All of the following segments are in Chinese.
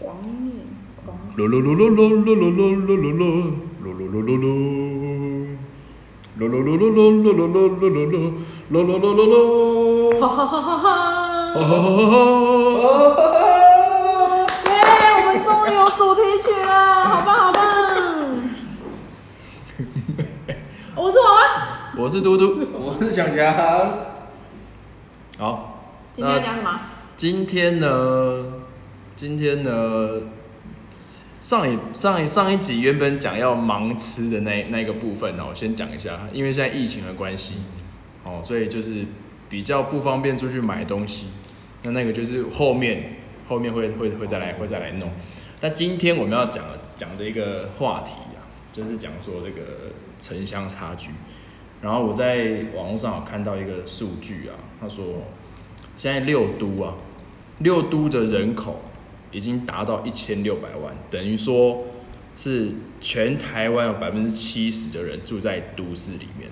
狂念狂。 咯咯咯咯咯咯咯咯咯咯咯咯咯咯咯咯。咯咯咯咯咯咯咯咯咯咯咯咯咯咯咯， 哈哈哈哈哈！ 哈哈哈哈！ 耶，我们终于有主题曲了，好棒好棒！我是王妈， 我是嘟嘟， 我是小强。 好， 今天要讲什么？ 今天呢？上一集原本讲要盲吃的那个部分我先讲一下，因为现在疫情的关系，所以就是比较不方便出去买东西。那个就是后面会再来弄。但今天我们要讲的一个话题就是讲说这个城乡差距。然后我在网络上有看到一个数据他说现在六都的人口已经达到1600万，等于说是全台湾有70%的人住在都市里面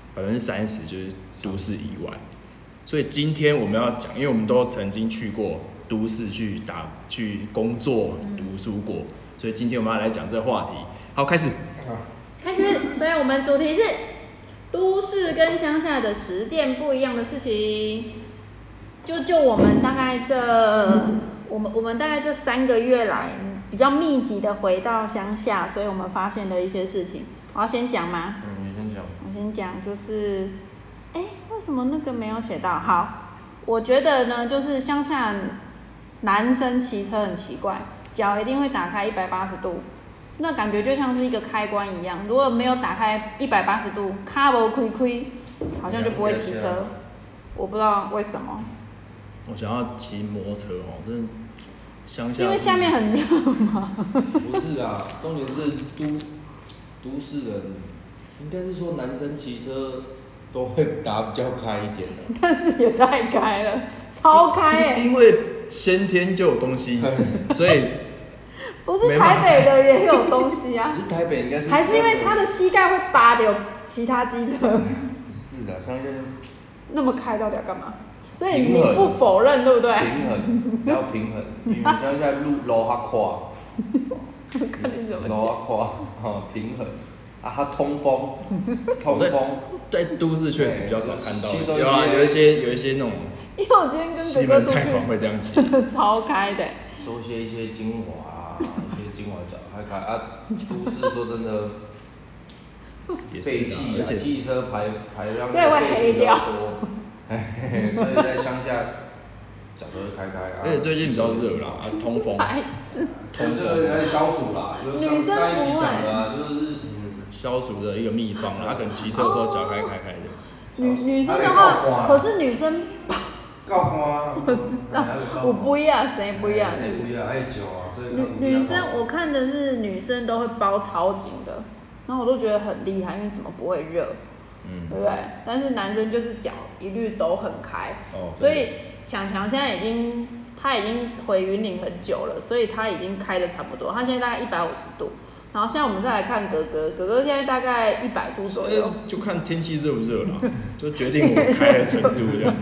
，30%就是都市以外。所以今天我们要讲，因为我们都曾经去过都市去工作、读书过，所以今天我们要来讲这个话题。好，开始。 所以我们主题是都市跟乡下的10件不一样的事情。就我们大概我们大概这3个月来比较密集的回到乡下，所以我们发现的一些事情，我要先讲吗？ 你先讲。 我先讲，就是为什么那个没有写到？好，我觉得呢，就是乡下男生骑车很奇怪，脚一定会打开180度，那感觉就像是一个开关一样，如果没有打开180度，卡无开开，好像就不会骑车。我不知道为什么。 我想要骑摩托车真的乡下。 是因为下面很热吗？ 不是啊，重点是都市人，应该是说男生骑车都会打比较开一点的。 但是也太开了，超开因为先天就有东西，所以不是台北的也有东西啊。 只是台北应该是还是因为他的膝盖会扒掉其他机车。 是的，乡下那么开到底要干嘛？所以你不否认对不对？ 平衡，要平衡，因为乡下路较宽， 看你怎么路较宽，平衡。它通风， 在都市确实比较少看到，有一些那种， 因为我今天跟哥哥出去， 会这样骑， 超开的。 收些一些精华一些精华角还开都市说真的，废气汽车排量， 所以会黑掉。 所以在乡下脚都会开而且最近比较热通风， 这个消暑啦，就是上一集讲的就是消暑的一个秘方他可能骑车的时候脚开的。 女生的话，可是女生够寒， 我知道，我不要，谁不要？ 谁不要爱酒所以女生我看的是女生都会包超紧的，然后我都觉得很厉害，因为怎么不会热？对不对？但是男生就是脚一律都很开，所以强现在他已经回云林很久了，所以他已经开的差不多，他现在大概150度。然后现在我们再来看哥哥现在大概100度左右， 就看天气热不热啦，就决定我开的程度这样。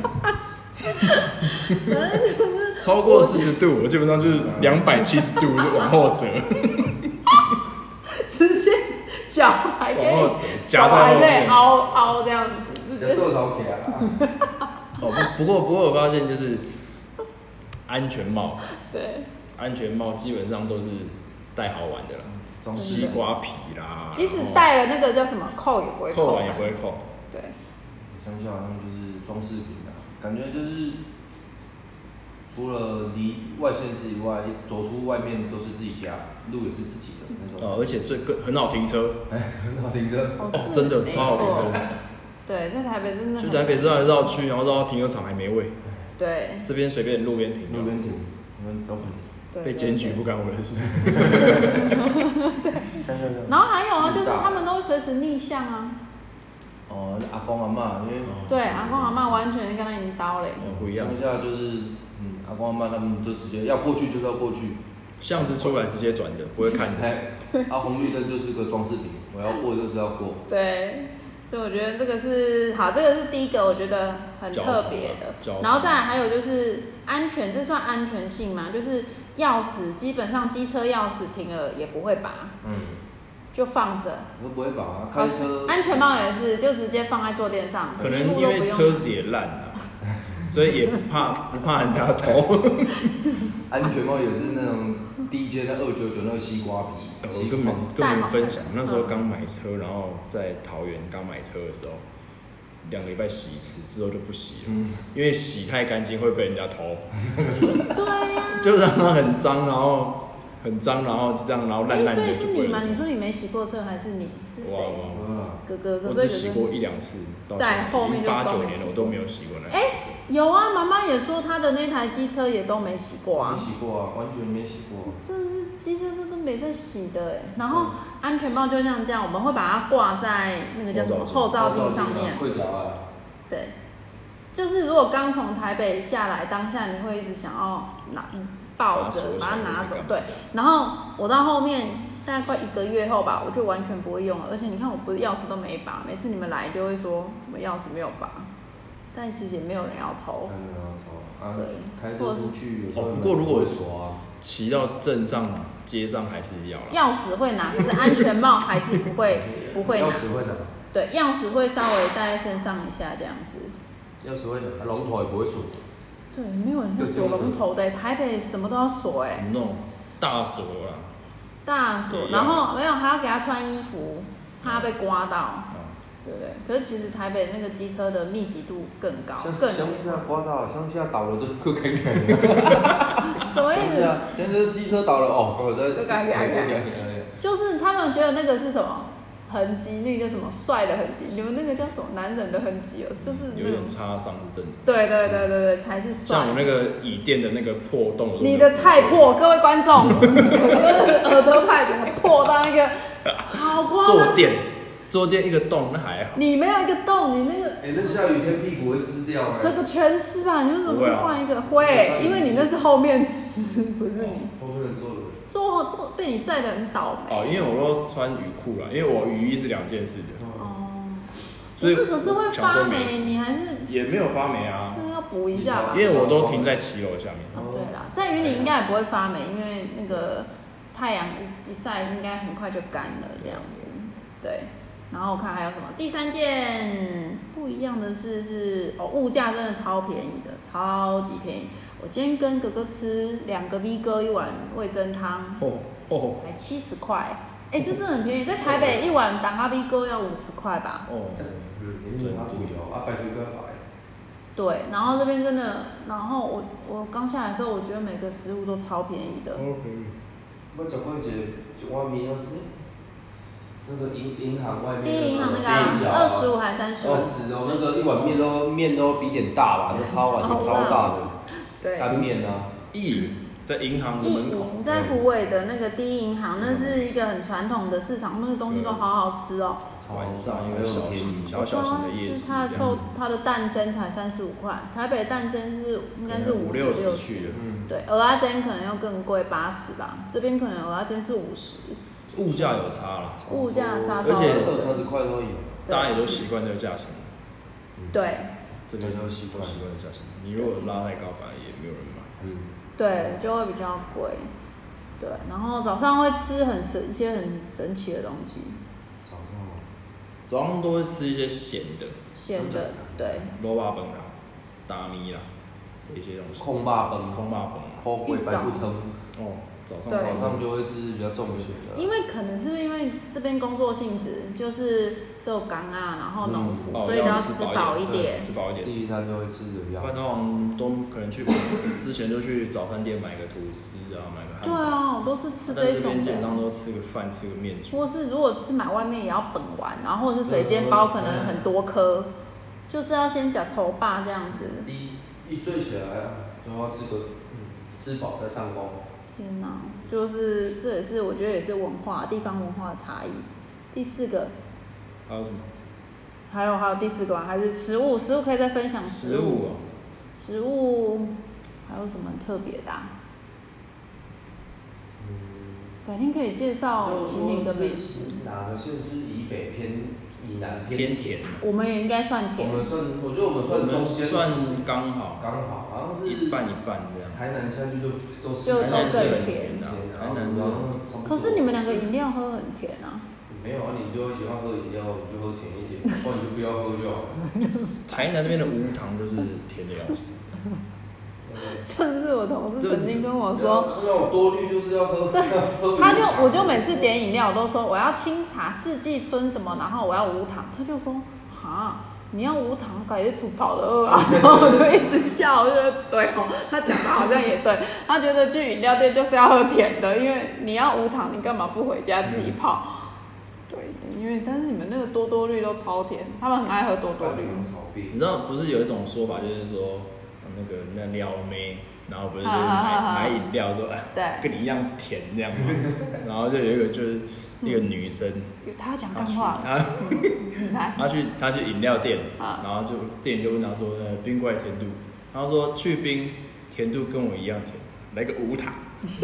反正就是超过40度，我基本上就是270度就往后折， 直接脚还可以往后折， 脚还可以凹这样子，就觉得。 不过我发现就是安全帽， 对， 安全帽基本上都是戴好玩的啦。西瓜皮啦， 即使戴了那个叫什么扣也不会扣完也不会扣。 对， 乡下好像就是装饰品感觉就是除了离外县市以外，走出外面都是自己家，路也是自己的那种。 而且很好停车， 很好停车， 真的超好停车。 对，在台北真的。 去台北绕来绕去，然后绕到停车场还没位。 对。 这边随便路边停， 你们都可以停。 被检举不干我的事。 对，然后还有就是他们都会随时逆向阿公阿嬷，因为对阿公阿嬷完全跟他引导嘞。 不一样。 乡下就是阿公阿嬷他们就直接要过去就是要过去， 巷子出来直接转的，不会看的。 红绿灯就是个装饰品，我要过就是要过。 对。所以我觉得这个是第一个，我觉得很特别的。然后再来还有就是安全，这算安全性吗？就是钥匙基本上机车钥匙停了也不会拔，就放着。 都不会拔啊，开车。 安全帽也是，就直接放在坐垫上。 可能因为车子也烂了，所以也不怕人家偷。 安全帽也是那种低阶的299那个西瓜皮。 我跟你们分享，那时候刚买车，然后在桃园刚买车的时候，2个礼拜洗一次，之后就不洗了，因为洗太干净会被人家偷。 对呀。 就让它很脏，然后就这样，然后烂的。 所以是你吗？你说你没洗过车还是你？是谁？哥哥。 我只洗过1-2次， 在后面就 8、9年了，我都没有洗过那台车。 有啊，妈妈也说她的那台机车也都没洗过啊。 没洗过啊，完全没洗过。 真的是机车都没在洗的哎。然后安全帽就像这样，我们会把它挂在那个叫什么后照镜上面。对。就是如果刚从台北下来，当下你会一直想要抱着把它拿走，对。然后我到后面大概快1个月后吧，我就完全不会用了。而且你看，我不是钥匙都没拔，每次你们来就会说怎么钥匙没有拔，但其实也没有人要偷。 对，开车出去不过如果骑到镇上、街上还是要啦。 钥匙会拿，可是安全帽还是不会拿。 钥匙会拿。 对，钥匙会稍微带在身上一下这样子。 钥匙会拿，龙头也不会锁。 对，没有人会锁龙头的，台北什么都要锁哎。 什么那种大锁啦？ 大锁，然后没有还要给他穿衣服，怕被刮到。对不对？可是其实台北那个机车的密集度更高，更乡下刮到，乡下倒了就更干干的。 什么意思？ 现在就是机车倒了就干。就是他们觉得那个是什么痕迹，那个叫什么帅的痕迹？你们那个叫什么男人的痕迹哦？就是有点擦伤是正常。 对，才是帅。 像我那个椅垫的那个破洞。 你的太破，各位观众，就是耳朵派整个破到那个好夸张。 坐垫一个洞，那还好。 你没有一个洞，你那个。 那下雨天屁股会湿掉。 这个全湿吧？你为什么不换一个？会，因为你那是后面湿，不是你。 后面坐的。 坐被你载的很倒霉。 因为我都穿雨裤啦，因为我雨衣是2件事的。 所以可是会发霉，你还是。也没有发霉啊。 那要补一下吧。因为我都停在骑楼下面。 对啦，在云林应该也不会发霉，因为那个太阳一晒，应该很快就干了这样子。对。然后我看还有什么？第3件不一样的是物价真的超便宜的，超级便宜。我今天跟哥哥吃2个 V 哥1碗味噌汤，才70块。这真的很便宜，在台北1碗打咖 V 哥要50块吧？ 真白鱼哥白。 对，然后这边真的，然后我刚下来的时候，我觉得每个食物都超便宜的。 我吃过一碗面那个银行外面第一银行那个25还是35？ 那个1碗面都比脸大吧，超大的。 对。 干面啊。 在银行的门口。 在虎尾的那个第一银行，那是一个很传统的市场，那个东西都好好吃哦。 晚上一个小型的夜市。 它的蛋蒸才35块，台北蛋蒸应该是50、60 去的。 对，蚵仔煎可能要更贵80吧，这边可能蚵仔煎是50。 物价有差了， 物价差， 而且 20-30块都有， 大家也都习惯这个价钱。 对， 这个就习惯的价钱。你如果拉太高，反而也没有人买。 对，就会比较贵。对，然后早上会吃一些很神奇的东西。 早上都会吃一些咸的， 对。 萝卜饭啦、大米啦这些东西。 空霸饭、苦粿白骨汤。早上就会吃比较重咸的。 因为可能是因为这边工作性质就是做工啊，然后农夫，所以都要吃饱一点。 第一餐就会吃的比较。 不然的话，都可能之前就去早餐店买个吐司啊，买个汉堡。 对啊，我都是吃这种的。 这边简单都吃个饭，吃个面。 或是如果是买外面也要本完，然后或者是水煎包可能很多颗，就是要先夹稠霸这样子。 一睡起来啊，就要吃饱再上工。 天哪，就是这也是我觉得也是地方文化的差异。第4个还有什么？ 还有第4个还是食物可以再分享食物。食物还有什么很特别的？改天可以介绍云林的美食。 哪个县是以北以南偏甜。 我们也应该算甜。 我觉得我们算中间， 算刚好， 好像是一半一半这样。 台南下去就都更甜啊，台南可是你们两个饮料喝很甜啊。 没有啊，你就要喝饮料，你就喝甜一点，不然你就不要喝就好了。 台南那边的无糖就是甜的要死。 上次我同事曾经跟我说， 那我多虑就是要喝。 对，我就每次点饮料，我都说我要清茶、四季春什么，然后我要无糖。他就说，哈，你要无糖，改日出跑的饿啊。然后我就一直笑，我就觉得对哦，他讲的好像也对。他觉得去饮料店就是要喝甜的，因为你要无糖，你干嘛不回家自己泡？对，但是你们那个多多绿都超甜，他们很爱喝多多绿。 你知道不是有一种说法，就是说那撩妹，然后不是就是买饮料说，哎，跟你一样甜这样吗？然后就有一个就是一个女生， 她讲干话， 她去饮料店，然后店员就问她说，冰块甜度，然后说去冰甜度跟我一样甜，来个无糖。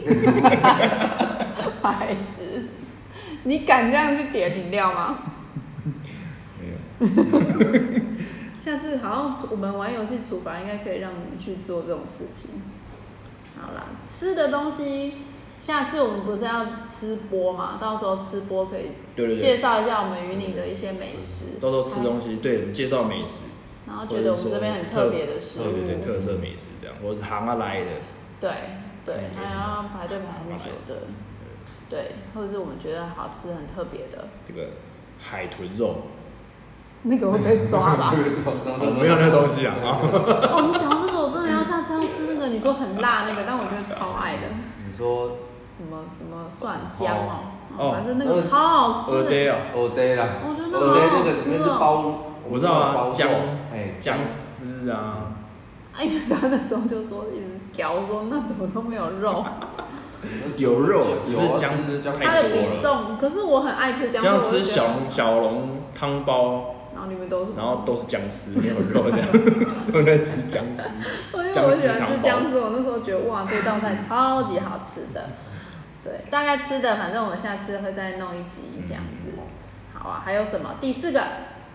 白痴。你敢这样去点饮料吗？ 没有。 下次好像我们玩游戏厨房应该可以让你们去做这种事情。好啦，吃的东西，下次我们不是要吃播嘛？到时候吃播可以介绍一下我们云林的一些美食。 到时候吃东西，对，介绍美食。 然后觉得我们这边很特别的食物， 对，特色美食这样，或者行啊来的。 对，还要排队排很久的。对，或者是我们觉得好吃很特别的。 这个海豚肉。 那个会被抓吧？ 我没有那个东西啊。 哦，你讲到这个，我真的要下次要吃那个，你说很辣那个，但我觉得超爱的。 你说什么蒜姜哦，反正那个超好吃。 蚵嗲啦， 我觉得那好好好吃哦。包， 我知道啊，姜丝啊。 因为他那时候就说一直嚼说那怎么都没有肉。 有肉，只是姜丝太多了。 它的比重，可是我很爱吃姜丝。 这样吃小笼汤包。然后都是姜丝，没有肉这样，都在吃姜丝。 因为我喜欢吃姜丝，我那时候觉得哇，这道菜超级好吃的。对，大概吃的，反正我们下次会再弄一集这样子。好啊，还有什么？第四个，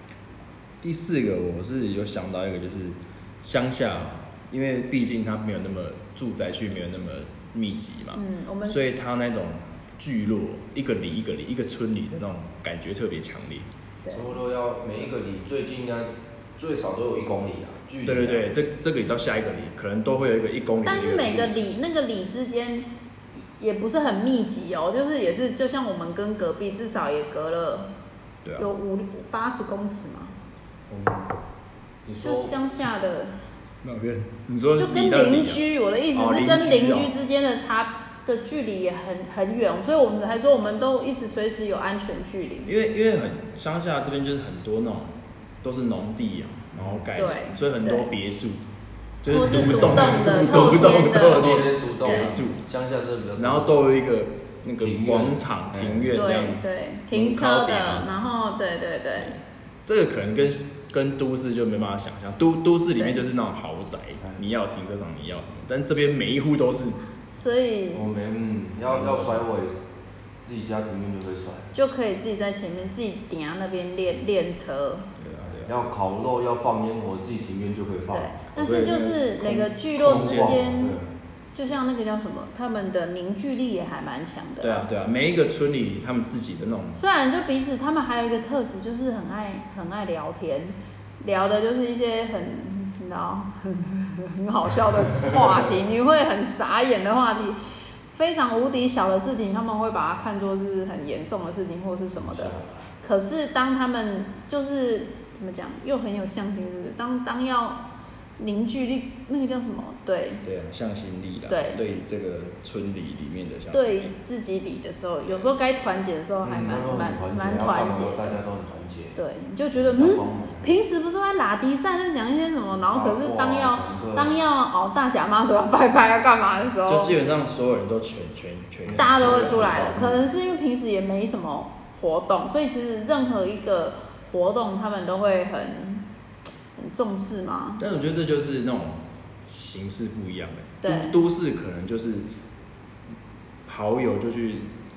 我是有想到一个，就是乡下，因为毕竟它没有那么住宅区，没有那么密集嘛，所以它那种聚落，一个里一个里，一个村里的那种感觉特别强烈。 差不多要每一个里最近应该最少都有1公里啊，距离。 对，这个里到下一个里可能都会有一个1公里。 但是每个里那个里之间也不是很密集哦，就是也是就像我们跟隔壁至少也隔了有80公尺嘛。 你说就乡下的那边，你说就跟邻居，我的意思是跟邻居之间的距离也很远，所以我们还说我们都一直随时有安全距离。 因为很乡下这边就是很多那种都是农地啊，然后盖的，所以很多别墅，就是独栋的独别墅， 乡下是比较， 然后都有一个那个广场庭院这样， 对，停车的，然后对， 这个可能跟都市就没办法想象，都市里面就是那种豪宅，你要停车场你要什么，但这边每一户都是。 所以我们要甩尾，自己家庭院就可以甩， 就可以自己在前面自己顶下那边练车。 对啊。 要烤肉要放烟火，自己庭院就可以放。 对，但是就是每个聚落之间，就像那个叫什么，他们的凝聚力也还蛮强的。 对啊，每一个村里他们自己的那种。 虽然就彼此，他们还有一个特质，就是很爱聊天，聊的就是一些你知道很好笑的话题，你会很傻眼的话题，非常无敌小的事情，他们会把它看作是很严重的事情或是什么的。可是当他们就是怎么讲，又很有向心，是不是？当要凝聚力，那个叫什么？对啊，向心力啦。对这个村里面的向心力。对自己里的时候，有时候该团结的时候还蛮团结， 大家都很团结。 对，你就觉得平时不是在拉低赛就讲一些什么，然后可是当要大甲妈祖要拜拜要干嘛的时候， 就基本上所有人都全大家都会出来了。可能是因为平时也没什么活动，所以其实任何一个活动他们都会很重视嘛。 但是我觉得这就是那种形式不一样的。 对， 都市可能就是好友就去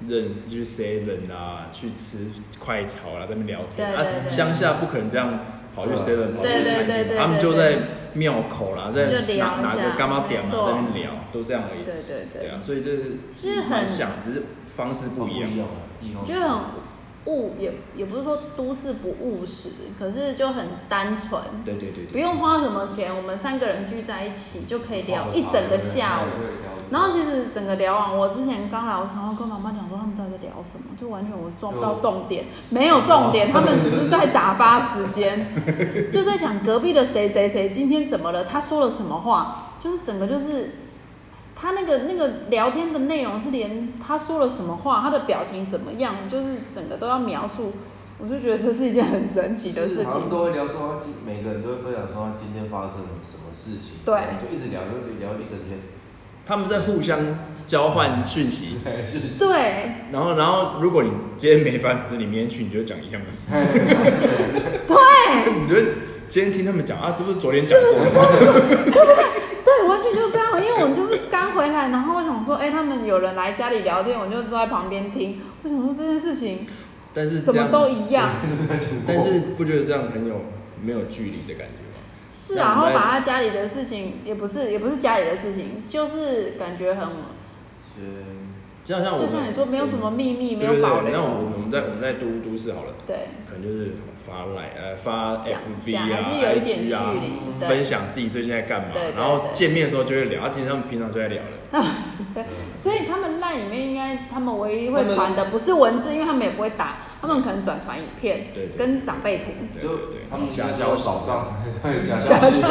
去 7啊，去吃快炒啦，在那边聊天。 对乡下不可能这样跑去 7跑去餐厅，他们就在庙口啦，在哪个干妈店嘛，在那边聊，都这样而已。对啊，所以这是蛮像，只是方式不一样。 就很也不是说都市不务实，可是就很单纯。 对， 不用花什么钱，我们3个人聚在一起就可以聊一整个下午。然后其实整个聊完，我之前刚来，我常常跟妈妈讲说他们到底在聊什么，就完全我抓不到重点，没有重点，他们只是在打发时间，就在讲隔壁的谁今天怎么了，他说了什么话，就是整个就是他那个聊天的内容是连他说了什么话，他的表情怎么样，就是整个都要描述。我就觉得这是一件很神奇的事情。 好像都会聊说每个人都会分享说他今天发生了什么事情， 对， 就一直聊，就聊一整天。 他们在互相交换讯息， 对。 然后如果你今天没翻，你明天去你就讲一样的事。 对。 你觉得今天听他们讲啊，这不是昨天讲过的吗？ 对，完全就这样。因为我就是刚回来，然后我想说，他们有人来家里聊天，我就坐在旁边听。我想说这件事情， 但是什么都一样。 但是不觉得这样没有距离的感觉？ 是啊，然后把他家里的事情也不是家里的事情，就是感觉很， 就像你说没有什么秘密，没有保留。 那我们在都市好了， 对， 可能就是发 FB 啊、 还是有一点距离 IG 啊，分享自己最近在干嘛，然后见面的时候就会聊，其实他们平常就在聊了。 对，所以他们LINE里面应该他们唯一会传的不是文字，因为他们也不会打。他们可能转传影片，跟长辈图， 对，他们假消息早上，对，假消息，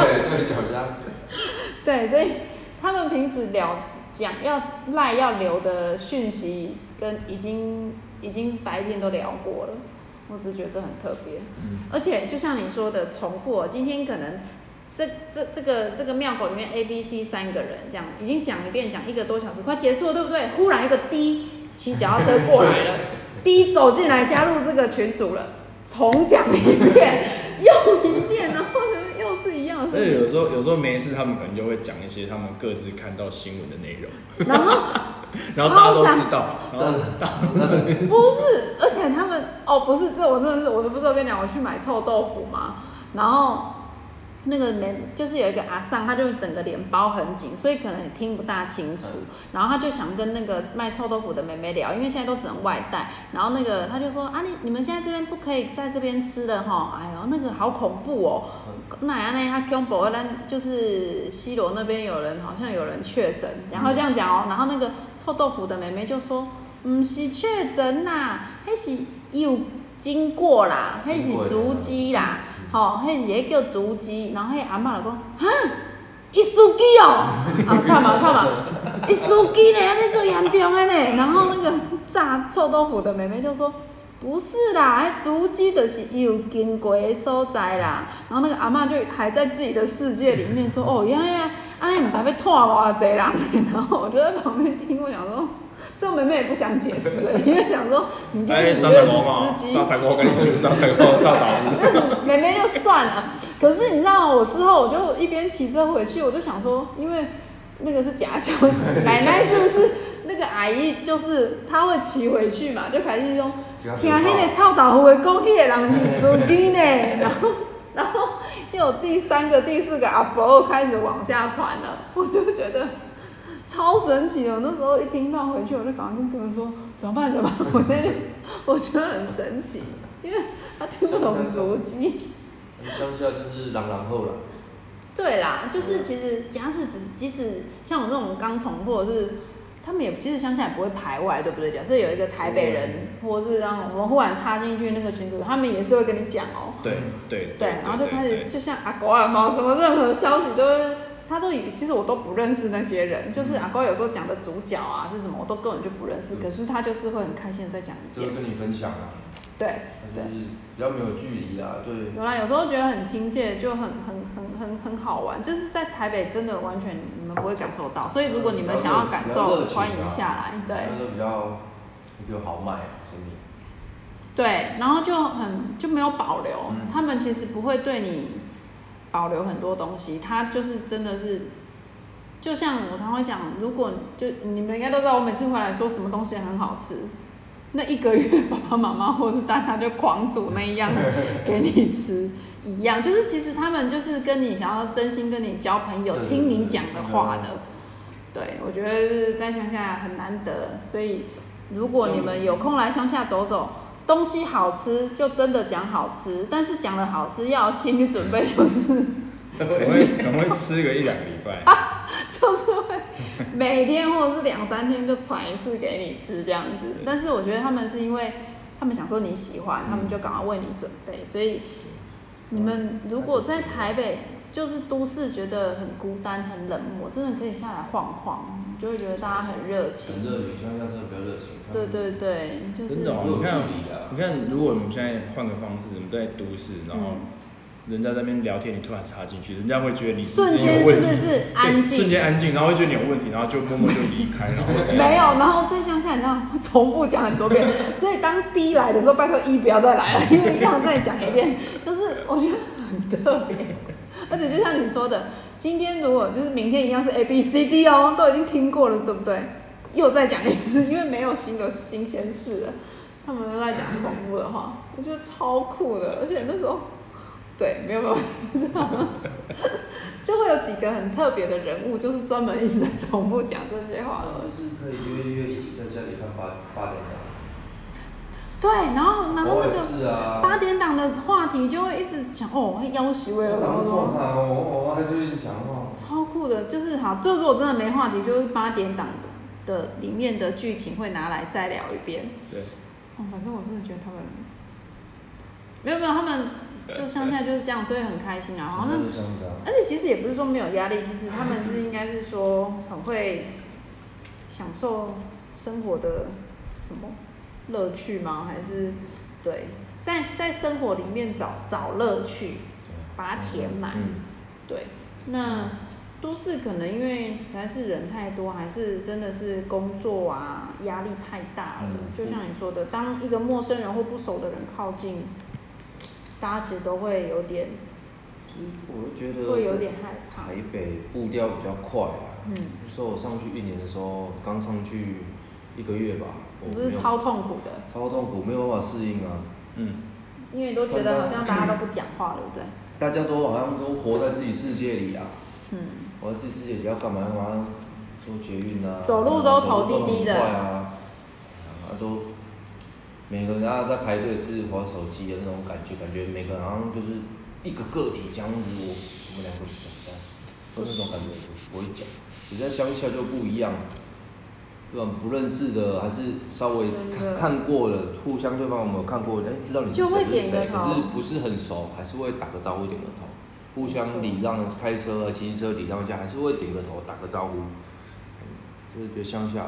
对， 所以他们平时讲要LINE要留的讯息，跟已经白天都聊过了，我只觉得这很特别，而且就像你说的重复今天可能这个庙口里面 A、B、C 3个人这样已经讲一遍，讲1个多小时，快结束了，对不对？忽然一个 D 骑脚踏车过来了。D 走进来加入这个群组了，重讲一遍，又一遍，然后又是一样的事情。 而且有时候没事，他们可能就会讲一些他们各自看到新闻的内容，然后大家都知道， 不是，而且他们不是，这我真的是我都不知道。跟你讲，我去买臭豆腐嘛，然后那个就是有一个阿桑，他就整个脸包很紧，所以可能也听不大清楚。然后他就想跟那个卖臭豆腐的妹妹聊，因为现在都只能外带。然后那个他就说啊，你们现在这边不可以在这边吃的哈，哎呦那个好恐怖哦。那他恐怖，就是西螺那边好像有人确诊，然后这样讲然后那个臭豆腐的妹妹就说，不是确诊啦，那是有经过啦，那是足迹啦。迄个叫足迹，然后迄阿嬷就讲，哈，伊司机惨嘛，伊司机呢，安尼做严重的呢。然后那个炸臭豆腐的妹妹就说，不是啦，足迹就是有经过的所在啦。然后那个阿嬷就还在自己的世界里面说，原来安尼唔知要拖偌济人。然后我就在旁边听，我想说。这个妹妹也不想解释了，因为想说你就是觉得是司机 ，335跟你修335照导。 妹妹就算了，可是你知道我事后我就一边骑车回去，我就想说，因为那个是假消息，奶奶是不是那个阿姨就是她会骑回去嘛，就开始说听那个臭豆腐的讲那个人是司机呢，然后又有第3个、第4个阿伯开始往下传了，我就觉得。超神奇的！我那时候一听到回去，我就赶快跟客人说怎么办？我觉得很神奇，因为他听不懂足迹。 乡下就是人后啦。 对啦，就是其实即使像我这种刚从或者是他们也其实乡下也不会排外，对不对？假设有一个台北人，或者是让我们忽然插进去那个群组，他们也是会跟你讲对， 然后就开始就像阿狗阿猫什么任何消息都会。其实我都不认识那些人，就是阿高有时候讲的主角啊是什么，我都根本就不认识。可是他就是会很开心的再讲一遍， 就会跟你分享啊。 对， 就是比较没有距离啦，对。 有啦，有时候觉得很亲切，就很好玩。就是在台北真的完全你们不会感受到，所以如果你们想要感受，欢迎下来。对。 比较豪迈， 对，然后就没有保留，他们其实不会对你。保留很多东西，他就是真的是就像我常会讲，如果就你们应该都知道，我每次回来说什么东西很好吃，那1个月爸爸妈妈或是大家就狂煮那一样给你吃一样，就是其实他们就是跟你想要真心跟你交朋友，听你讲的话的。对，我觉得在乡下很难得，所以如果你们有空来乡下走走，东西好吃就真的讲好吃，但是讲的好吃要有心理准备，就是可能会吃个1-2个礼拜， 就是会每天或者是2、3天就传一次给你吃这样子。但是我觉得他们是因为他们想说你喜欢，他们就赶快为你准备。所以你们如果在台北就是都市觉得很孤单很冷漠，真的可以下来晃晃，就会觉得大家很热情。 很热情，乡下真的比较热情。 对对对，就是真的你看，如果我们现在换个方式，我们在都市，然后人家在那边聊天，你突然插进去，人家会觉得你瞬间是不是安静？ 瞬间安静，然后会觉得你有问题，然后就默默就离开，然后没有，然后在乡下，你知道重复讲很多遍，所以当D 来的时候，拜托E不要再来了，因为要再讲一遍，就是我觉得很特别。而且就像你说的，今天如果就是明天一样是 ABCD 哦，都已经听过了，对不对？又再讲一次，因为没有新鲜事了，他们在讲重复的话，我觉得超酷的。而且那时候，对，没有，知道吗？就会有几个很特别的人物，就是专门一直在重复讲这些话的。 就是可以约一起在家里看8点档。 对，然后那个8点档的话题就会一直讲哦，要求为了什么什么， 他就一直讲话， 超酷的。就是好，就如果真的没话题，就是8点档的里面的剧情会拿来再聊一遍。 对， 反正我真的觉得他们没有，他们就乡下就是这样，所以很开心啊。好像，而且其实也不是说没有压力，其实他们是应该是说很会享受生活的什么乐趣吗？还是对，在生活里面找乐趣，把它填满。对，那都市可能因为实在是人太多，还是真的是工作啊压力太大了。就像你说的，当一个陌生人或不熟的人靠近，大家其实都会有点， 我觉得会有点害怕。 台北步调比较快啊。那时候我上去1年的时候，刚上去1个月吧。 你不是超痛苦的？ 超痛苦，没有办法适应啊。 因为你都觉得好像大家都不讲话，对不对？ 大家都好像都活在自己世界里啊。活在自己世界里要干嘛？坐捷运啊， 走路都头低低的。 快啊，都每个人在排队是滑手机的那种感觉每个人好像就是一个个体这样子，我们2个讲，都那种感觉不会讲。你在乡下就不一样。对吧？不认识的还是稍微看过了，互相对方有没有看过？知道你是谁是谁，可是不是很熟，还是会打个招呼，点个头，互相礼让，开车、骑车礼让一下，还是会点个头，打个招呼。就是觉得乡下，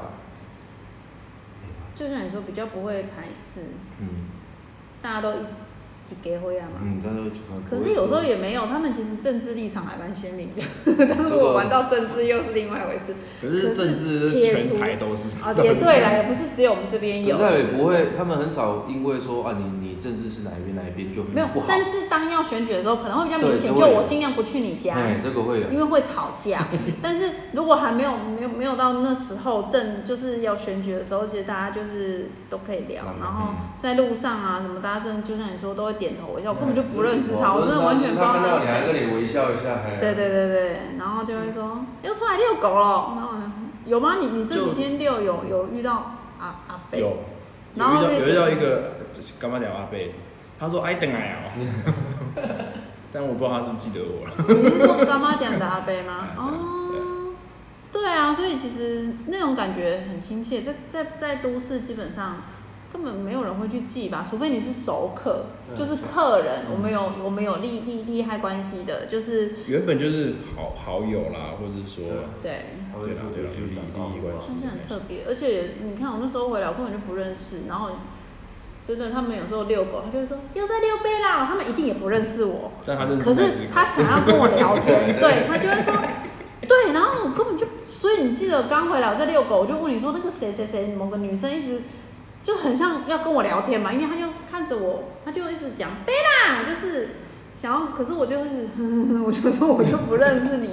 就像你说，比较不会排斥。大家都一家伙啊嘛。可是有时候也没有，他们其实政治立场还蛮鲜明的。但是我玩到政治又是另外一回事。 可是政治全台都是。 也对啦，也不是只有我们这边有。 也不会，他们很少因为说你政治是哪一边就没有不好。 但是当要选举的时候，可能会比较明显，就我尽量不去你家。 这个会有。 因为会吵架。但是如果还没有到那时候就是要选举的时候，其实大家就是都可以聊，然后在路上啊什么，大家真的就像你说都会点头微笑，我根本就不认识他，我真的完全不知道他是谁。 他看到你还跟你微笑一下。 对，然后就会说又出来遛狗了，然后有吗？你这几天遛有遇到阿伯？ 有遇到一个干嘛聊阿伯，他说爱等来啊，但我不知道他是不是记得我了。 你是说干嘛点的阿伯吗？哦，对啊，所以其实那种感觉很亲切，在都市基本上根本没有人会去记吧，除非你是熟客，就是客人，我们有利害关系的，就是原本就是好友啦，或者是说对有利益关系， 很特别。而且你看我那时候回来，我根本就不认识，然后真的他们有时候遛狗，他就会说又在遛杯啦，他们一定也不认识我， 但他认识， 可是他想要跟我聊天，对他就会说对，然后我根本就，所以你记得刚回来我在遛狗，我就问你说那个谁某个女生一直。就很像要跟我聊天嘛，因为他就看着我，他就一直讲贝拉，就是想要，可是我就是，我就说我就不认识你啊，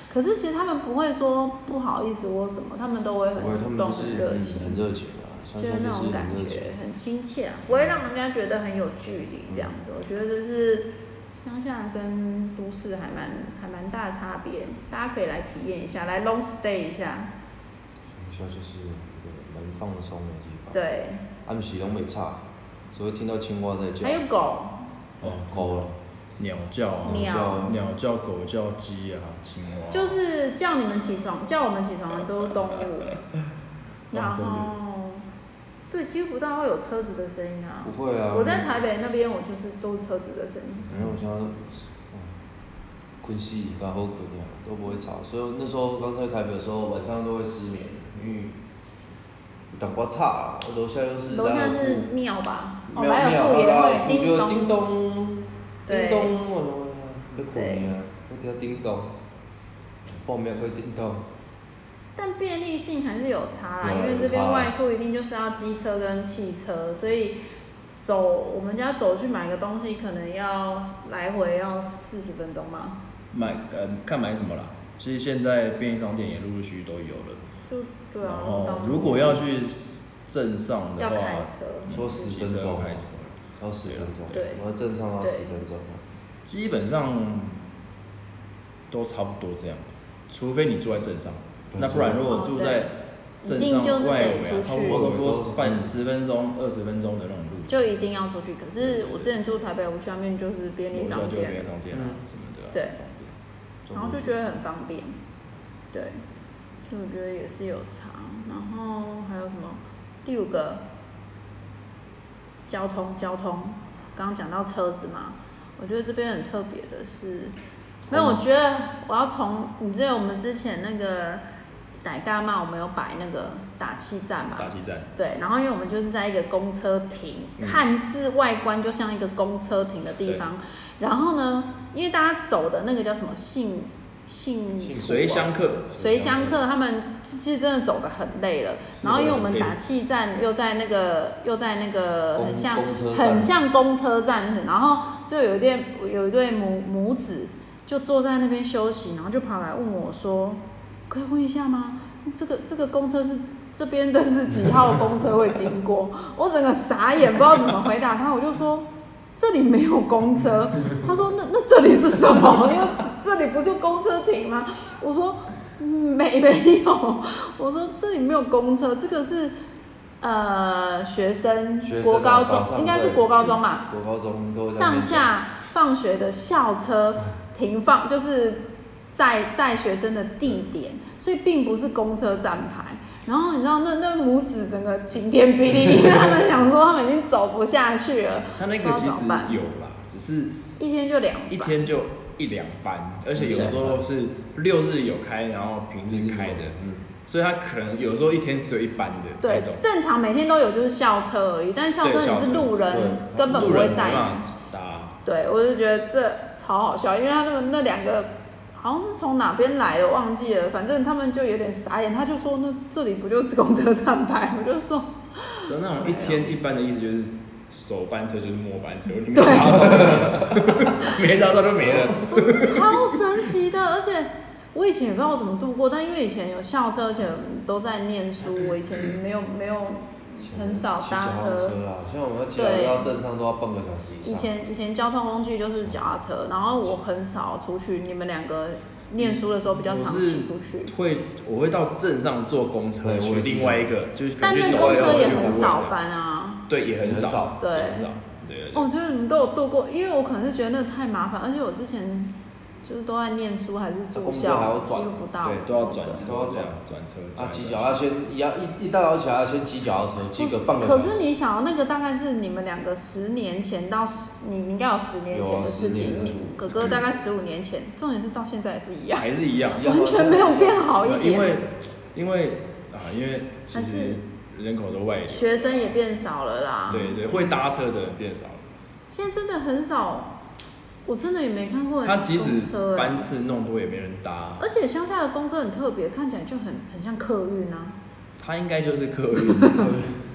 可是其实他们不会说不好意思或什么，他们都会很主动、很热情， 很热情啊， 就是那种感觉很亲切啊，不会让人家觉得很有距离这样子。我觉得这是乡下跟都市还蛮大的差别，大家可以来体验一下，来 long stay 一下。 乡下就是蛮放松的地方。 对。 暗时拢袂吵，只会听到青蛙在叫。 还有狗。 狗了。 鸟叫、狗叫、鸡啊、青蛙。 就是叫你们起床，叫我们起床的都是动物。然后，对，几乎不大会有车子的声音啊。 不会啊。 我在台北那边，我就是都是车子的声音。 没有，像困死较好困呀，都不会吵。所以那时候刚在台北的时候，晚上都会失眠，因为有淡薄吵啊。楼下又是。 楼下是庙吧？ 庙， 来尔富也会叮咚。叮咚，要困啊，要听叮咚，报名会叮咚。 但便利性还是有差啦，因为这边外出一定就是要机车跟汽车，所以我们家走去买个东西，可能要来回要40分钟嘛。 看买什么啦。其实现在便利商店也陆陆续续都有了。 对啊。 然后如果要去镇上的话， 要开车， 说10分钟。要10分钟， 对， 我要镇上要10分钟。 基本上都差不多这样，除非你住在镇上，那不然如果住在镇上外围啊，差不多10分钟、20分钟的那种路， 就一定要出去。可是我之前住台北，我下面就是便利商店， 什么的， 对，然后就觉得很方便，对，所以我觉得也是有差。然后还有什么？第5个。交通，刚刚讲到车子嘛，我觉得这边很特别的是，没有，我觉得我要你记得我们之前那个傣干嘛，我们有摆那个打气站嘛？ 打气站。 对，然后因为我们就是在一个公车亭，看似外观就像一个公车亭的地方，然后呢，因为大家走的那个叫什么随乡客， 他们其实真的走得很累了。然后因为我们打气站又在那个很像公车站，然后就有一对母子就坐在那边休息，然后就跑来问我说：“可以问一下吗？这个公车是这边的是几号公车会经过？”我整个傻眼，不知道怎么回答他，我就说。这里没有公车，他说那这里是什么？因为这里不就公车亭吗？我说没有，我说这里没有公车，这个是学生国高中应该是国高中嘛， 国高中都上下放学的校车停放，就是载学生的地点，所以并不是公车站牌。然后你知道那母子整个晴天霹雳，因为他们想说他们已经走不下去了。 他那个其实有啦，只是一天就2班， 一天就1-2班，而且有时候是6日有开，然后平日开的，所以他可能有时候一天只有1班的。 对，正常每天都有，就是校车而已，但校车你是路人，根本不会载你。对，我就觉得这超好笑，因为他那2个。好像是从哪边来的忘记了，反正他们就有点傻眼，他就说那这里不就是公车站牌？我就说， 所以那种一天1班的意思就是首班车就是末班车，你没找到就没了， 超神奇的。而且我以前也不知道我怎么度过，但因为以前有校车，而且都在念书，我以前没有很少搭车像我们骑到镇上都要半个小时以上。 以前交通工具就是脚踏车，然后我很少出去。你们2个念书的时候比较常骑出去。 我会到镇上坐公车去另外一个，就是但那公车也很少班啊。 对，也很少。 对。我觉得你们都有度过，因为我可能是觉得那太麻烦，而且我之前。就是都在念书还是住校，几乎不到。 对，都要转车。 骑脚踏车一大早起来要先骑脚踏车，骑个半个小时。 可是你想，那个大概是你们2个10年前到你应该有10年前的事情，哥哥大概15年前，重点是到现在也是一样， 还是一样， 完全没有变好一点。 因为其实人口都外流， 学生也变少了啦。 对，会搭车的人变少了。 现在真的很少。我真的也没看过他即使班次弄多也没人搭， 而且乡下的公车很特别，看起来就很像客运啊。 他应该就是客运，桃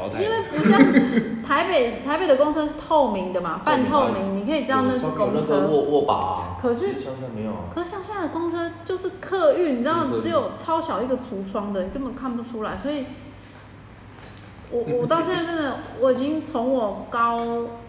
淘汰。 因为不像台北的公车是透明的嘛，半透明，你可以知道那是公车。 有那个握把啊。 可是乡下没有啊。 可是乡下的公车就是客运，你知道只有超小一个橱窗的，你根本看不出来。所以我到现在真的，我已经从我高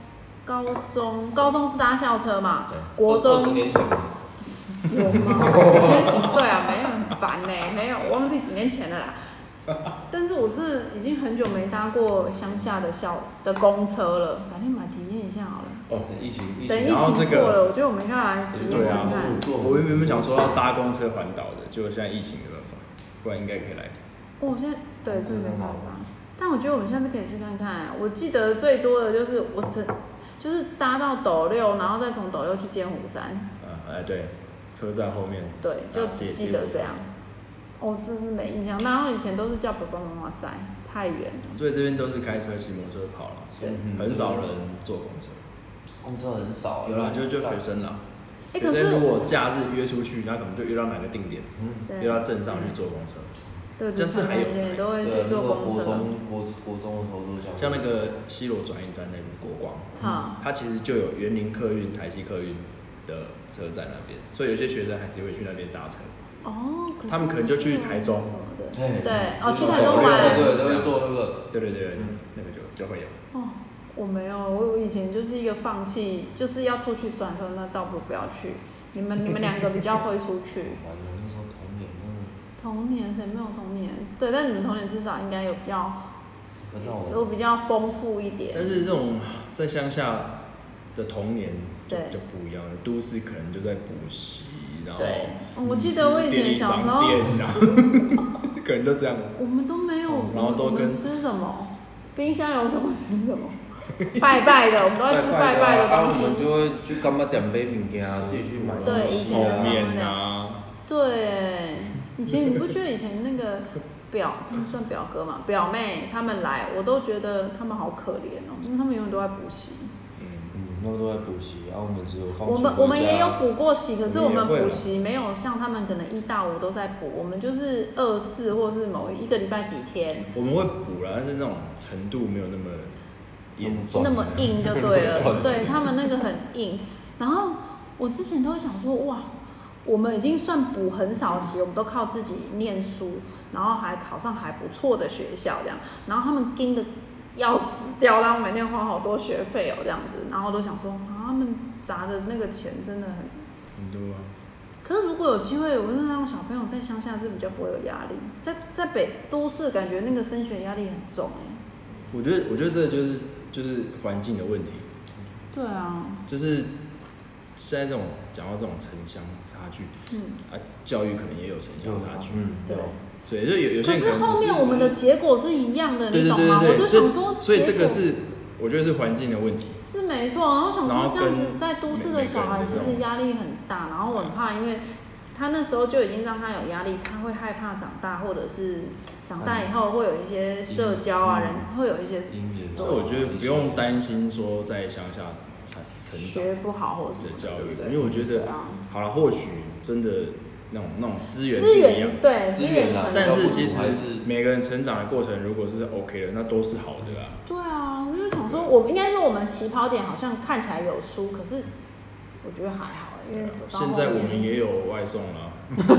中是搭校车嘛，国中 20年前。 有吗？我现在几岁啊？没有，很烦呢，没有，我忘记几年前了啦。但是我真的已经很久没搭过乡下的公车了，改天买体验一下好了。 哦，等疫情过了，我觉得我们应该来体验看看。 我原本想说要搭公车环岛的，结果现在疫情没办法，不然应该可以来。 我现在对这个很好玩，但我觉得我们下次可以试看看。我记得最多的就是就是搭到斗六，然后再从斗六去剑湖山。 对，车站后面。 对，就记得这样。真是没印象。然后以前都是叫爸爸妈妈载，太远了。 所以这边都是开车、骑摩托车跑了， 对， 很少人坐公车。 公车很少。 有啦，就学生啦。可是如果假日约出去，那可能就约到哪个定点，约到镇上去坐公车。 对，这还有都会去坐公车。 国中的时候都像那个西螺转运站那边国光，它其实就有园林客运、台西客运的车站那边，所以有些学生还是会去那边搭车。他们可能就去台中。 对，去台中玩。 对，都会坐那个。 对，那个就会有。 我没有，我以前就是一个放弃，就是要出去算说，那倒不如不要去。你们两个比较会出去。 那时候童年谁没有童年？对，但你们童年至少应该有比较丰富一点。 但是这种在乡下的童年就不一样了，都市可能就在补习，然后我记得我以前小时候， 可能都这样。 我们都没有， 然后都跟吃什么，冰箱有什么吃什么。拜的，我们都会吃拜的东西。 我们就会去干妈店买物件啊，自己去买。 对，以前的面啊。 对，以前你不觉得以前那个他们算表哥嘛，表妹他们来，我都觉得他们好可怜哦，因为他们永远都在补习。 他们都在补习，然后我们只有放学。我们也有补过习，可是我们补习没有像他们可能1到5都在补，我们就是2、4或是某一个礼拜几天。 我们会补啦，但是那种程度没有那么严重， 那么硬就对了。对，他们那个很硬。然后我之前都会想说，哇，我们已经算补很少习，我们都靠自己念书，然后还考上还不错的学校这样。然后他们盯的要死掉，然后每天花好多学费这样子。然后我都想说，他们砸的那个钱真的很多啊。 可是如果有机会，我真的让小朋友在乡下是比较不会有压力，在都市感觉那个升学压力很重我觉得这就是环境的问题。 对啊。就是现在讲到这种城乡差距，教育可能也有城乡差距， 对。 所以就有些人可是后面我们的结果是一样的，你懂吗？ 对， 我就想说， 所以这个是我觉得是环境的问题。 是没错，然后想说这样子在都市的小孩其实压力很大，然后我很怕，因为他那时候就已经让他有压力，他会害怕长大，或者是长大以后会有一些社交啊，人会有一些。 所以我觉得不用担心说在乡下成长学不好或者教育，因为我觉得好了，或许真的那种资源对资源， 但是其实每个人成长的过程如果是 OK 的，那都是好的啊。 对啊，我就想说，我应该说我们起跑点好像看起来有输，可是我觉得还好，因为现在我们也有外送了。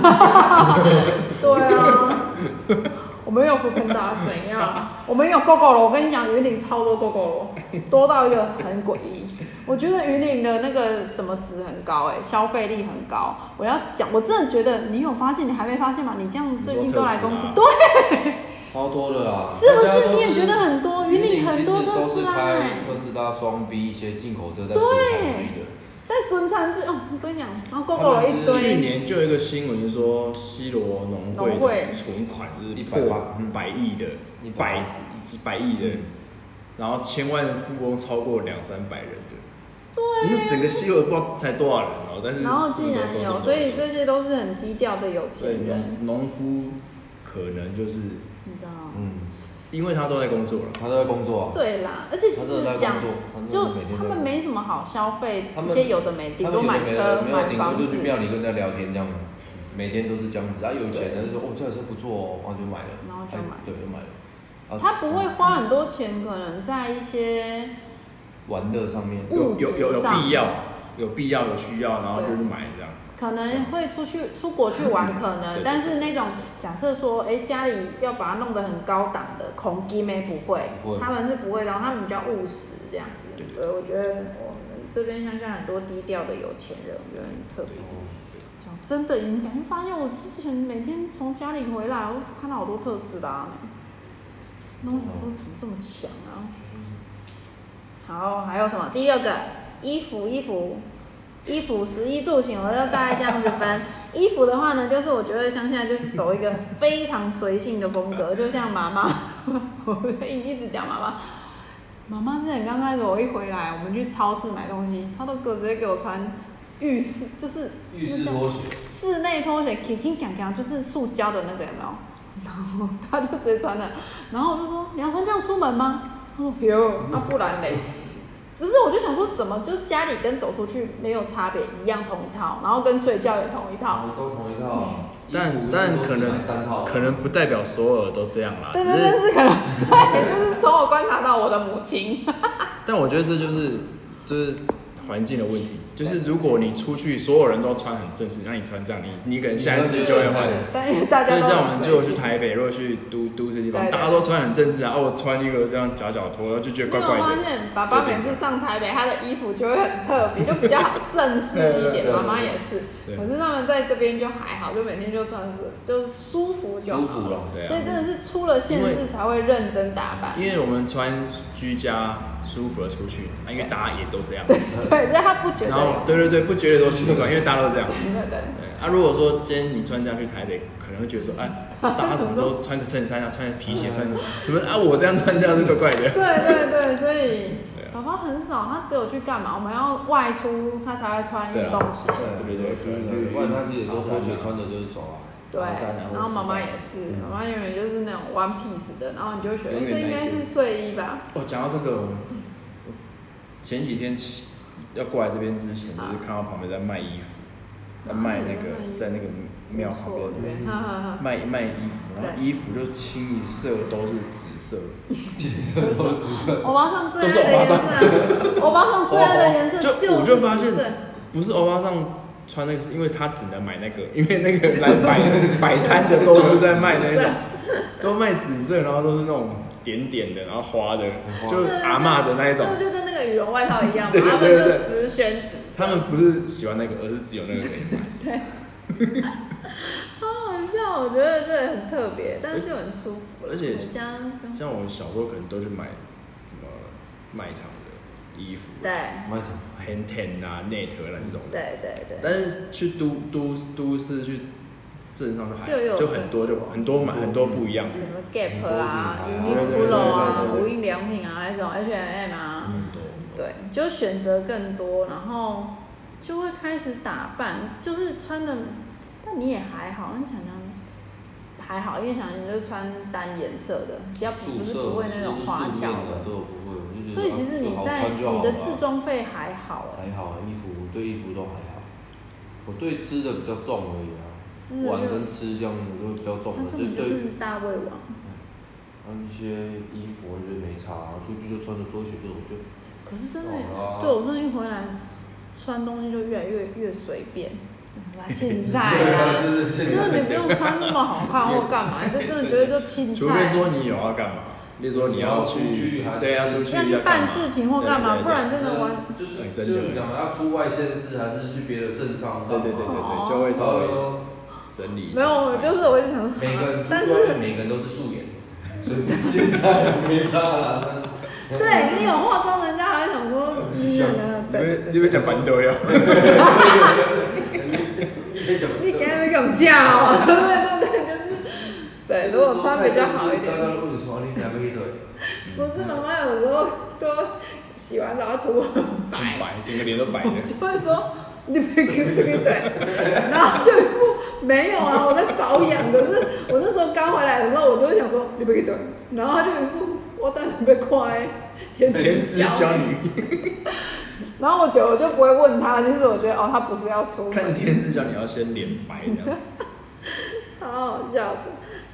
对啊。我们有福喷达怎样？我们有 GoGo 了，我跟你讲，云林超多 GoGo 了，多到一个很诡异。我觉得云林的那个什么值很高消费力很高。我要讲，我真的觉得你有发现，你还没发现吗？你这样最近都来公司，对， 超多的啦。 是不是？你也觉得很多？云林很多都是开特斯拉双 B 一些进口车在生产区的。 在孙产制我跟你讲，然后 GoGo 了一堆。 去年就有一个新闻说，西螺农会的存款就是破100亿的，100亿的，然后千万富翁超过200-300人的。 对。 那整个西螺不知道才多少人但是。 然后竟然有，所以这些都是很低调的有钱人。 农夫可能就是， 你知道。 因为他都在工作了， 他都在工作。 对啦，而且其实讲，就他们没什么好消费，一些有的没，顶多买车、买房子。 就去庙里跟人家聊天这样，每天都是这样子。有钱人就说这台车不错然后就买了。 然后就买。 对，就买了。 他不会花很多钱，可能在一些玩乐上面有必要有需要，然后就去买这样。 可能会出国去玩，可能，但是那种假设说，家里要把它弄得很高档的，孔基妹不会，他们是不会，然后他们比较务实这样子。对，我觉得我们这边乡下很多低调的有钱人，我觉得很特别。讲真的，你感觉发现我之前每天从家里回来，我看到好多特斯拉呢，那我想说怎么这么强啊？好，还有什么？第二个，衣服食衣住行，我就大概这样子分。衣服的话呢，就是我觉得像现在就是走一个非常随性的风格，就像妈妈，我就一直讲妈妈。妈妈之前刚开始我一回来，我们去超市买东西，她都直接给我穿浴室拖鞋，室内拖鞋，就是塑胶的那个有没有？然后她就直接穿了，然后我就说你要穿这样出门吗？她说有，不然嘞。只是我就想说，怎么就家里跟走出去没有差别，一样同一套，然后跟睡觉也同一套， 都同一套。 但可能不代表所有的都这样啦。 对，但是可能对，就是从我观察到我的母亲。 但我觉得这就是环境的问题，就是如果你出去，所有人都穿很正式，那你穿这样，你可能下一次就会换。 但因为大家都所以像我们就去台北，如果去都市地方，大家都穿很正式啊，我穿一个这样夹脚拖，然后就觉得怪怪的。 我发现爸爸每次上台北，他的衣服就会很特别，就比较正式一点。妈妈也是，可是他们在这边就还好，就每天就穿就是舒服就好。 舒服了， 所以真的是出了县市才会认真打扮。 因为我们穿居家舒服的出去，因为大家也都这样。 对，所以他不觉得。 然后对，不觉得都习惯，因为大家都这样。 对。 如果说今天你穿这样去台北，可能会觉得说，大家怎么都穿个衬衫啊，穿个皮鞋，穿怎么我这样穿这样是怪怪的。 对，所以宝宝很少，他只有去干嘛？我们要外出，他才会穿运动鞋。 对，不然他自己都穿的就是走啊。 对，然后妈妈也是，妈妈永远就是那种 one piece 的，然后你就会觉得，这应该是睡衣吧？ 讲到这个，我前几天要过来这边之前，就是看到旁边在卖衣服，在卖那个在那个庙旁边卖衣服，然后衣服就清一色都是紫色， 欧巴桑最爱的颜色，欧巴桑最爱的颜色就我就发现不是欧巴桑。穿那个是因为他只能买那个，因为那个来摆摊的都是在卖那种，都卖紫色，然后都是那种点点的，然后花的，就阿嬷的那一种。 就跟那个羽绒外套一样，他们就只选紫色。 他们不是喜欢那个，而是只有那个可以买。 对，好好笑，我觉得这很特别，但是就很舒服。 而且像我们小时候可能都去买什么卖场的衣服， 对， 卖场。 Henten 啊 ，Net 啊这种的， 对。 但是去都市去镇上就很多买很多不一样， 什么 Gap 啊、Uniqlo 啊、无印良品啊，还是什么 H&M 啊，对，就选择更多，然后就会开始打扮，就是穿的，但你也还好，你想还好，因为想你就穿单颜色的，比较不会那种花俏的。所以其实你的自装费还好还好，衣服都还好。我对吃的比较重而已啊，玩跟吃这样我就比较重的。 就是大胃王。 一些衣服我觉得没差，出去就穿着拖鞋就我觉得。 可是真的，对我真的一回来穿东西就越来越随便。青菜啊，就是你不用穿那么好看或干嘛，就真的觉得就青菜。 除非说你有要干嘛。比如说你要去，对，要出去要去办事情或干嘛，不然真的玩。 就是讲要出外县市还是去别的镇上。 对，就会稍微整理。 没有，就是我一直想说， 每个人出外每个人都是素颜，所以现在没差啦。 对你有化妆，人家还会想说， 你别讲反对呀。 你给他们讲价哦，对，就是，对，如果穿比较好一点。不是，妈妈有时候都洗完澡涂很白， 整个脸都白的。 就会说你别给这个对，然后就一副没有啊，我在保养。可是我那时候刚回来的时候，我都会想说你别给对，然后他就一副我等你被夸天之娇女。然后我久了就不会问他，就是我觉得他不是要出门。 看天之娇女要先脸白的。 超好笑的。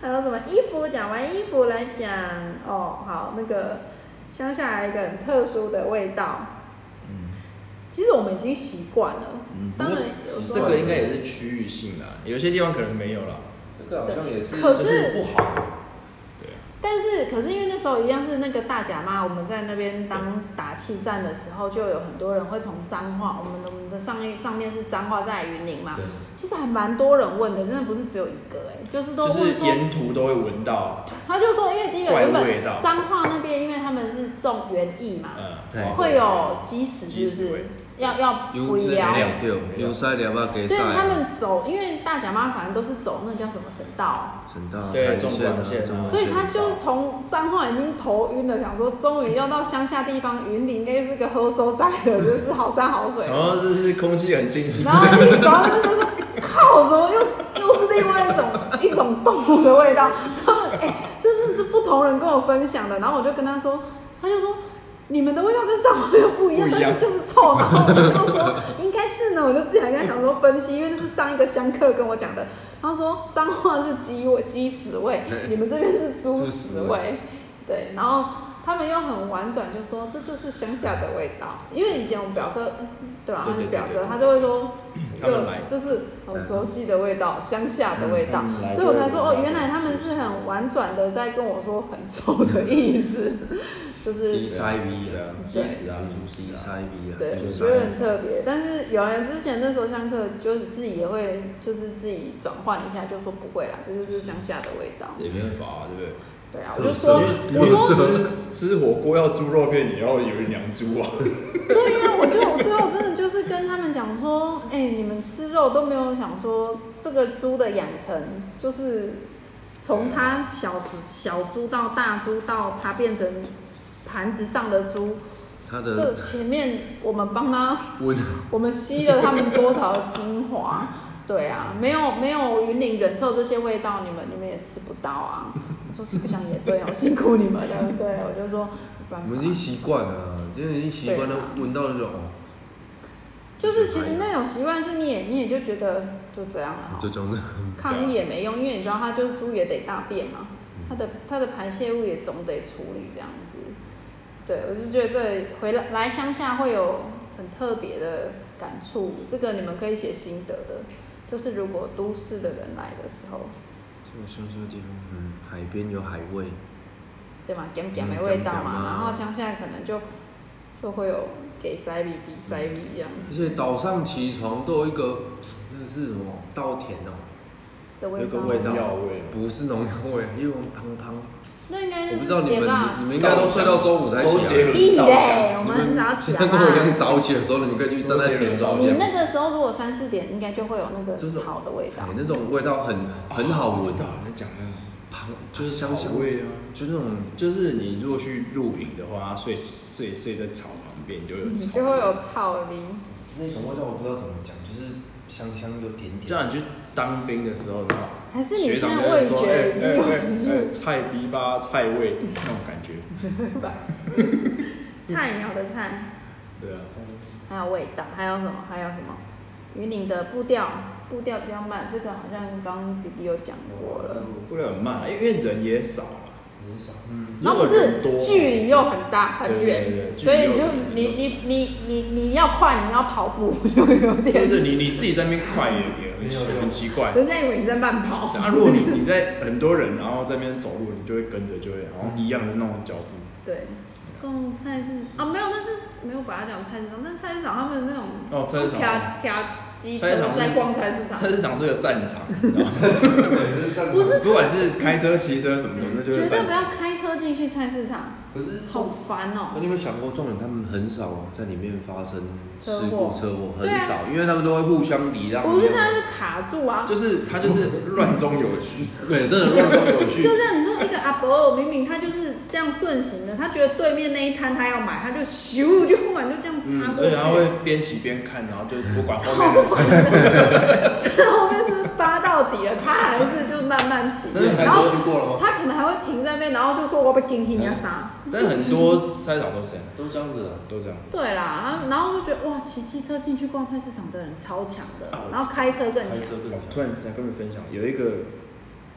还有什么衣服？讲完衣服来讲哦，好，那个乡下还有一个很特殊的味道。其实我们已经习惯了。当然有时候这个应该也是区域性的，有些地方可能没有啦。 这个好像也是， 可是不好。 对啊。 可是因为那时候一样是那个大甲妈，我们在那边当打气站的时候，就有很多人会从彰化，我们的上面是彰化，在云林嘛，其实还蛮多人问的，真的不是只有一个就是都就是沿途都会闻到。 他就说，因为第一个原本彰化那边，因为他们是种园艺嘛，会有鸡屎，是不是？要不一样， 有塞两把给塞。 所以他们走，因为大甲妈反正都是走那叫什么省道， 对，纵贯线， 所以他就是从彰化已经头晕了，想说终于要到乡下地方，云林应该是个好所在的，就是好山好水。 然后就是空气很清新。 然后一走他就说，靠，怎么又是另外一种动物的味道？他们这是不同人跟我分享的，然后我就跟他说，他就说。你们的味道跟彰化又不一样，但是就是臭。然后我就说应该是呢，我就自己还跟他讲说分析，因为那是上一个香客跟我讲的。他说彰化是鸡屎味，你们这边是猪屎味，对。然后他们又很婉转，就说这就是乡下的味道。因为以前我们表哥，对吧？他是表哥，他就会说，就是很熟悉的味道，乡下的味道。所以我才说哦，原来他们是很婉转的在跟我说很臭的意思。就是鸡塞鼻的，鸡屎啊，猪屎啊，塞鼻啊， 对，觉得很特别。但是有人之前那时候上课，就是自己也会，就是自己转换一下，就说不会啦，这就是乡下的味道。 也没办法啊，对不对？ 对啊，我就说吃火锅要猪肉片，也要有一两猪啊。 对呀，我最后真的就是跟他们讲说，你们吃肉都没有想说这个猪的养成，就是从它小猪到大猪，到它变成盘子上的猪，这前面我们帮他，我们吸了他们多少的精华？对啊，没有云林忍受这些味道，你们也吃不到啊。我说想想也对，好辛苦你们了。对，我就说我们已经习惯了，真的已经习惯了闻到那种。 就是其实那种习惯是你也就觉得就这样了， 就这样的， 抗议也没用，因为你知道它就是猪也得大便嘛，它的排泄物也总得处理这样子。对，我就觉得这来乡下会有很特别的感触，这个你们可以写心得的。就是如果都市的人来的时候， 这个乡下地方，海边有海味， 对嘛，咸咸的味道嘛，然后乡下可能就会有给塞味、底塞味这样。 而且早上起床都有一个，那个是什么稻田哦， 有一个味道，不是农药味，因为汤。 那应该我不知道你们应该都睡到中午才起来。 屁嘞，我们很早起来。 跟我一样早起的时候，你们可以去站在田中。 你那个时候如果3、4点，应该就会有那个草的味道。 那种味道很好闻。 知道你在讲那个就是香味啊，就那种， 就是你如果去露营的话，睡在草旁边，就有草， 就会有草味。 那种味道我不知道怎么讲，就是香有甜甜。 这样你去当兵的时候的话， 还是你现在味觉已经有食物菜逼吧菜味那种感觉。 菜鸟的菜。 对啊。 还有味道，还有什么？云林的步调比较慢，这个好像刚刚弟弟有讲过了。 步调很慢，因为人也少了。 然后不是距离又很大很远，所以你要快，你要跑步就有点。 对，你自己在那边快也很奇怪。 人家以为你在慢跑。 如果你在很多人，然后在那边走路，你就会跟着，就会好像一样的那种脚步。 对，逛菜市没有，但是没有把它讲菜市场，但菜市场他们那种菜市场机车在逛菜市场。 菜市场是个战场，你知道吗？ 不是， 不管是开车、骑车什么的，那就是战场。 绝对不要开车进去菜市场。 可是好烦哦！ 你有没有想过，重点他们很少在里面发生事故、车祸，很少，因为他们都会互相礼让。 不是，他是卡住啊。 他就是乱中有序， 对，真的乱中有序。 就像你说一个阿伯，明明他就是这样顺行的，他觉得对面那一摊他要买，他就咻就忽然就这样插过去。 而且他会边骑边看，然后就不管后面的车。 后面是扒到底了，他还是就慢慢骑。然后他可能还会停在那边，然后就说我被惊天要杀。 但很多菜场都这样， 都这样子， 都这样。 对啦，然后就觉得哇，骑机车进去逛菜市场的人超强的，然后开车更强。 突然想跟你们分享，有一个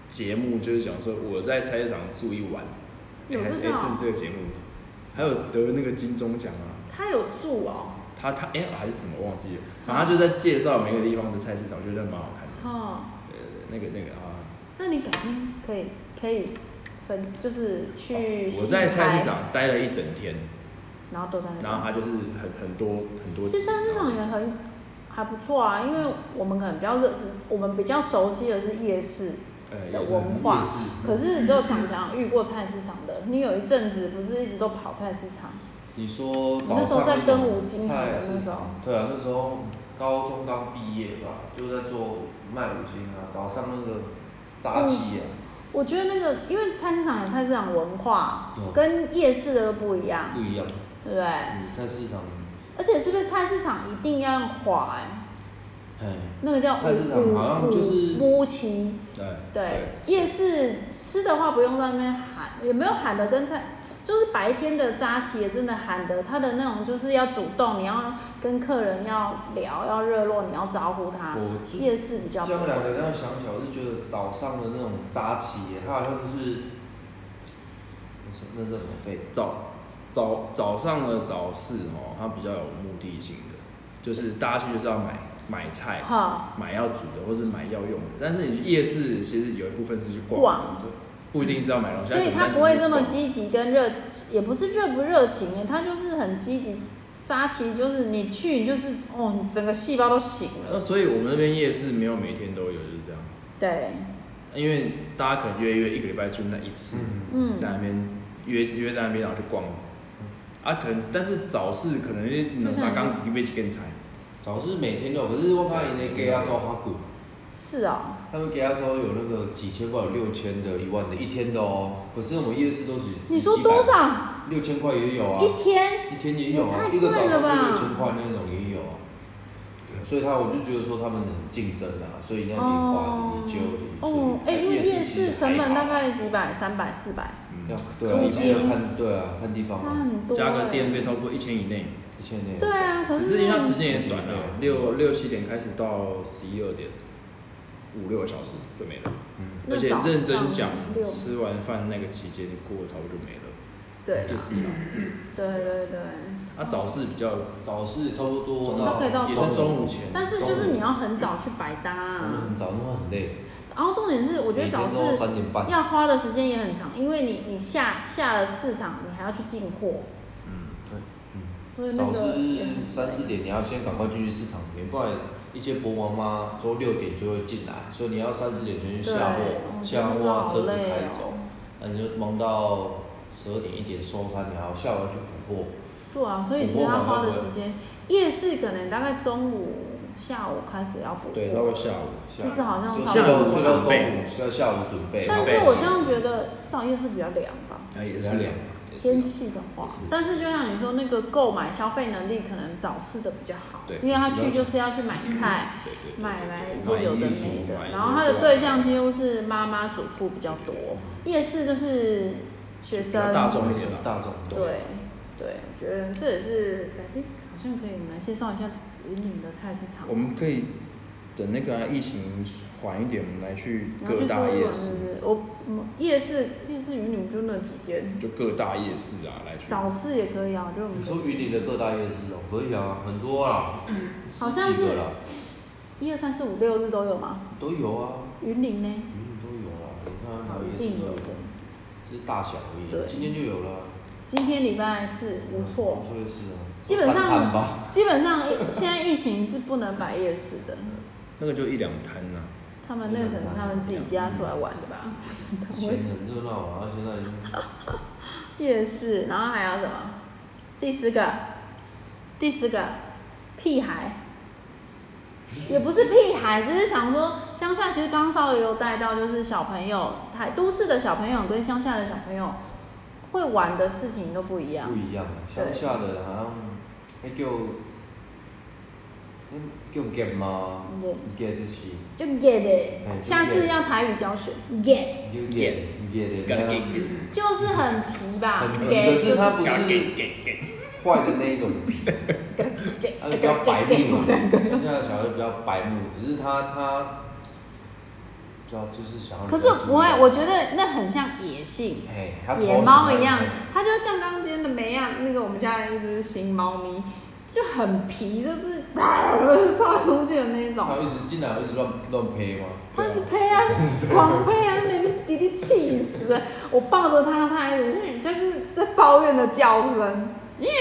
节目，就是讲说我在菜市场住一晚，还是这个节目，还有得那个金钟奖啊。 他有住哦。 他还是什么忘记了，反正他就在介绍每个地方的菜市场，我觉得蛮好看的。 哦。 那个啊。 那你改天可以就是去。 我在菜市场待了一整天。 然后都在那。 然后他就是很多。 其实菜市场也还不错啊，因为我们可能我们比较熟悉的是夜市的文化，可是只有常遇过菜市场的。你有一阵子不是一直都跑菜市场？ 你说早上那时候在跟吴金海的那时候。 对啊，那时候高中刚毕业吧，就在做卖五金啊，早上那个扎起啊。 我觉得那个，因为菜市场有菜市场文化，跟夜市的都不一样。 不一样。 对不对？ 菜市场。 而且是不是菜市场一定要用滑？那个叫菜市场好像就是乌旗。 对。 夜市吃的话不用在那边喊，也没有喊的跟就是白天的扎旗也真的喊的，他的那种就是要主动，你要跟客人要聊，要热络，你要招呼他。夜市比较。 这样两个这样想起来，我是觉得早上的那种扎旗，它好像是，那是什么费？ 早上的早市它比较有目的性的，就是大家去就是要买菜，买要煮的或是买要用的。但是你夜市其实有一部分是去逛的，不一定是要买东西。 所以他不会这么积极跟热，也不是热不热情他就是很积极。扎旗就是你去，你就是你整个细胞都醒了。 所以我们那边夜市没有每天都有，就是这样。 对。 因为大家可能约一个礼拜就那一次，在那边约在那边然后去逛。可能，但是早市可能两三天一杯几根菜。 早市每天都有，可是我看人家给他做花贵。 是啊。 他们给他说有那个几千块、有6000的、1万的，一天的哦。可是我们夜市都是。 你说多少 ？6000块也有啊。 一天？ 一天也有啊，一个早上就6000块那种也有啊。所以我就觉得说他们很竞争啊，所以你要你花你就因为夜市成本大概几百、300、400。 对啊，看地方嘛， 加个电费差不多1000以内。 1000内。 对啊， 只是因为它时间也短啊，6、7点开始到11、2点，5、6个小时就没了。而且认真讲，吃完饭那个期间过差不多就没了。 对。 夜市嘛。 对。 早市比较。 早市差不多。 也是中午前。 但是就是你要很早去摆搭啊。 很早，那很累。 然后重点是，我觉得早市要花的时间也很长，因为你下了市场，你还要去进货。 对。 所以那个早市3、4点，你要先赶快进去市场里面，不然一些婆妈妈说6点就会进来，所以你要3、4点先去下货，下货车子开走，那你就忙到12点1点收摊，你还要下午要去补货。 对啊，所以其实他花的时间，夜市可能大概中午、下午开始要补货。 对，大概下午。 其实好像睡到中午，下午准备。 但是我这样觉得，至少夜市比较凉吧。 也是凉。 天气的话，但是就像你说，那个购买消费能力可能早市的比较好，因为他去就是要去买菜，买一些有的没的，然后他的对象几乎是妈妈主妇比较多，夜市就是学生， 大众一点， 大众。 对，我觉得这也是改天好像可以来介绍一下云林的菜市场。 我们可以等那个疫情缓一点，我们来去各大夜市。 夜市云林就那几间。 就各大夜市啊，来去。 早市也可以啊，就我们。 你说云林的各大夜市可以啊，很多啦。 好像是。1、2、3、4、5、6日都有吗？ 都有啊。 云林呢？ 云林都有啦，你看哪夜市都有。这是大小而已。今天就有了。 今天礼拜4，不错。 不错夜市哦。 基本上现在疫情是不能摆夜市的。 那个就1、2摊呐。 他们那个可能他们自己家出来玩的吧，不知道。 以前很热闹啊，现在已经。 夜市，然后还有什么？第10个，屁孩。也不是屁孩，只是想说，乡下其实刚稍微有带到，就是小朋友，都市的小朋友跟乡下的小朋友会玩的事情都不一样。 不一样，乡下的好像叫 get 吗 ？get 就是。 就 get 的，下次要台语教学 get。 就 get 的， 就是很皮吧？ 可是它不是坏的那一种皮，它比较白目。乡下的小孩比较白目，只是他就是想要。 可是不会，我觉得那很像野性，野猫一样，它就像刚刚今天的梅亚那个我们家的一只新猫咪，就很皮，就是冲来冲去的那种。 它一直进来，一直乱呸吗？ 它一直呸啊，狂呸啊，弟弟气死了。我抱着它，它还就是在抱怨的叫声。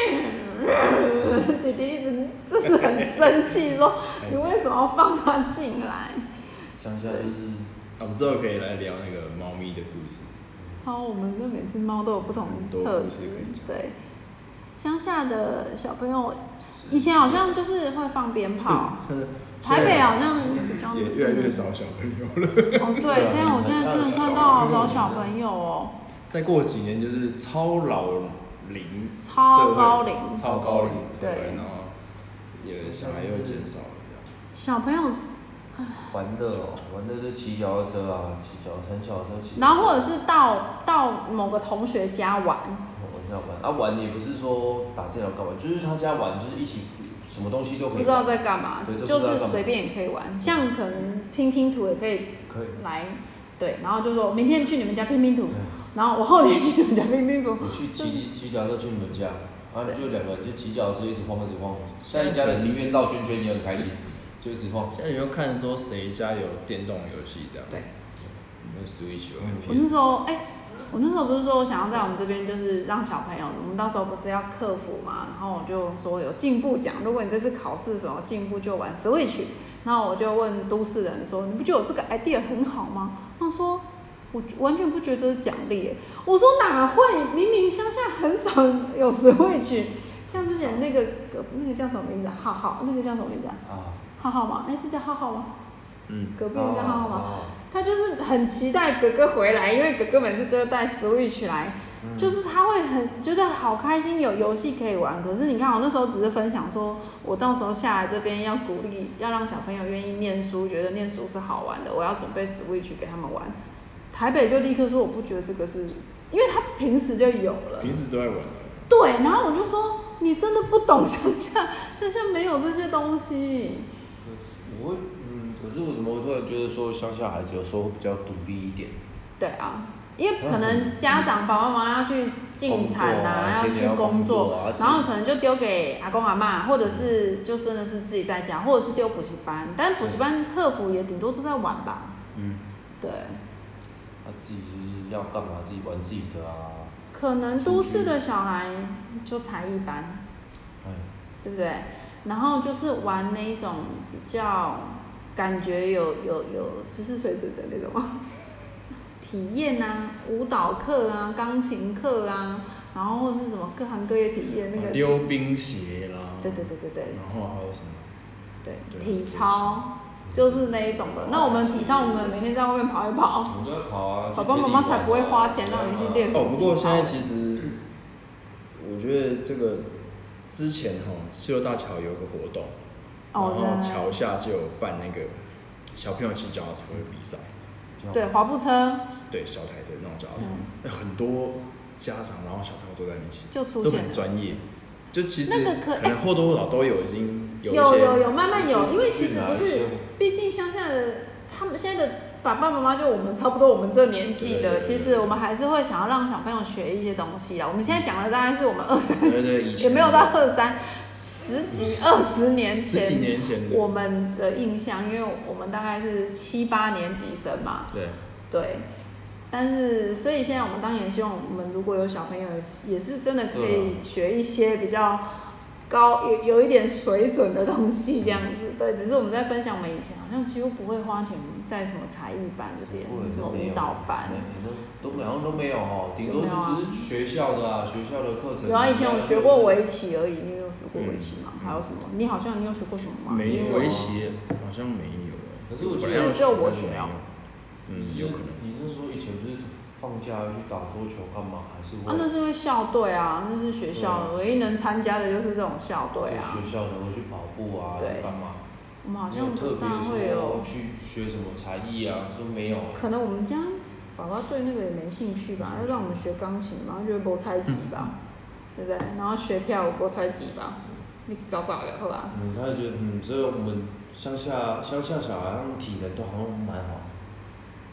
弟弟一直就是很生气，说你为什么要放它进来？ 乡下就是， 我们之后可以来聊那个猫咪的故事。 我们的每只猫都有不同特质，对。乡下的小朋友以前好像就是会放鞭炮，台北好像也越来越少小朋友了。 哦，对，我现在真的看到好少小朋友哦。 再过几年就是超龄， 超高龄， 对，然后也小孩又减少了这样。 小朋友玩的是骑脚踏车啊，很小的时候骑。 然后或者是到某个同学家玩。 玩也不是说打电脑干嘛，就是他家玩，就是一起什么东西都可以玩。 不知道在干嘛，就是随便也可以玩，像可能拼图也可以来，对，然后就说明天去你们家拼图，然后我后天去你们家拼图。 我去骑脚踏车去你们家，然后就两个人就骑脚踏车一直晃。在你家的庭院绕圈圈，你很开心，就一直晃。 现在你要看说谁家有电动游戏这样。 对。 那 Switch 我那时候不是说我想要在我们这边就是让小朋友，我们到时候不是要克服嘛，然后我就说有进步奖，如果你这次考试什么进步就玩 Switch， 然后我就问都市人说，你不觉得我这个 idea 很好吗？他说我完全不觉得这是奖励耶。我说哪会，明明乡下很少有 Switch， 像之前那个叫什么名字？浩，那个叫什么名字啊？浩吗？是叫浩吗？隔壁那叫浩吗？他就是很期待哥哥回来，因为哥哥每次就带 Switch 来，就是他会很觉得好开心，有游戏可以玩。可是你看，我那时候只是分享说，我到时候下来这边要鼓励，要让小朋友愿意念书，觉得念书是好玩的，我要准备 Switch 给他们玩。台北就立刻说，我不觉得这个是，因为他平时就有了， 平时都在玩。 对，然后我就说，你真的不懂乡下没有这些东西。 可是为什么我突然觉得说乡下孩子有时候会比较独立一点？ 对啊，因为可能家长爸爸妈妈要去进产啊，要去工作，然后可能就丢给阿公阿嬷，或者是就真的是自己在家，或者是丢补习班。但补习班客服也顶多都在玩吧。对。 他自己就是要干嘛，自己玩自己的啊。 可能都市的小孩就才艺班，对不对？然后就是玩那种比较感觉有知识水准的那种体验啊，舞蹈课啊，钢琴课啊，然后或是什么各行各业体验那个溜冰鞋啦， 对， 然后还有什么？ 对，体操就是那一种的。那我们体操，我们每天在外面跑一跑， 我们就在跑啊， 爸爸妈妈才不会花钱让你去练。 不过现在其实我觉得这个。之前西螺大桥有个活动，然后桥下就有办那个小朋友骑脚踏车的比赛， 对，滑步车， 对，小台的那种脚踏车，很多家长然后小朋友都在一起， 就出现都很专业，就其实可能或多或少都有已经有慢慢有，因为其实不是，毕竟乡下的他们现在的爸爸妈妈就我们差不多我们这年纪的，其实我们还是会想要让小朋友学一些东西啊。我们现在讲的大概是我们23，也没有到23，十几20年前， 10几年前我们的印象，因为我们大概是7、8年级生嘛，对。但是，所以现在我们当然也希望我们如果有小朋友，也是真的可以学一些比较高有一点水准的东西这样子。对，只是我们在分享我们以前好像几乎不会花钱在什么才艺班这边，什么舞蹈班， 好像都没有哦，顶多就只是学校的啊，学校的课程。 有啊，以前我学过围棋而已，你有学过围棋吗？还有什么？你有学过什么吗？ 没有围棋，好像没有。 可是我觉得只有我学啊。 有可能。 你那时候以前不是放假要去打桌球干嘛？还是会？ 那是因为校队啊，那是学校唯一能参加的就是这种校队啊。 学校的会去跑步啊，去干嘛？ 我们好像特别会有去学什么才艺啊，说没有。 可能我们家爸爸对那个也没兴趣吧，就让我们学钢琴嘛，觉得不太极吧，对不对？然后学跳舞不太极吧，你早的好吧？ 他就觉得所以我们乡下小孩，他们体能都好像蛮好。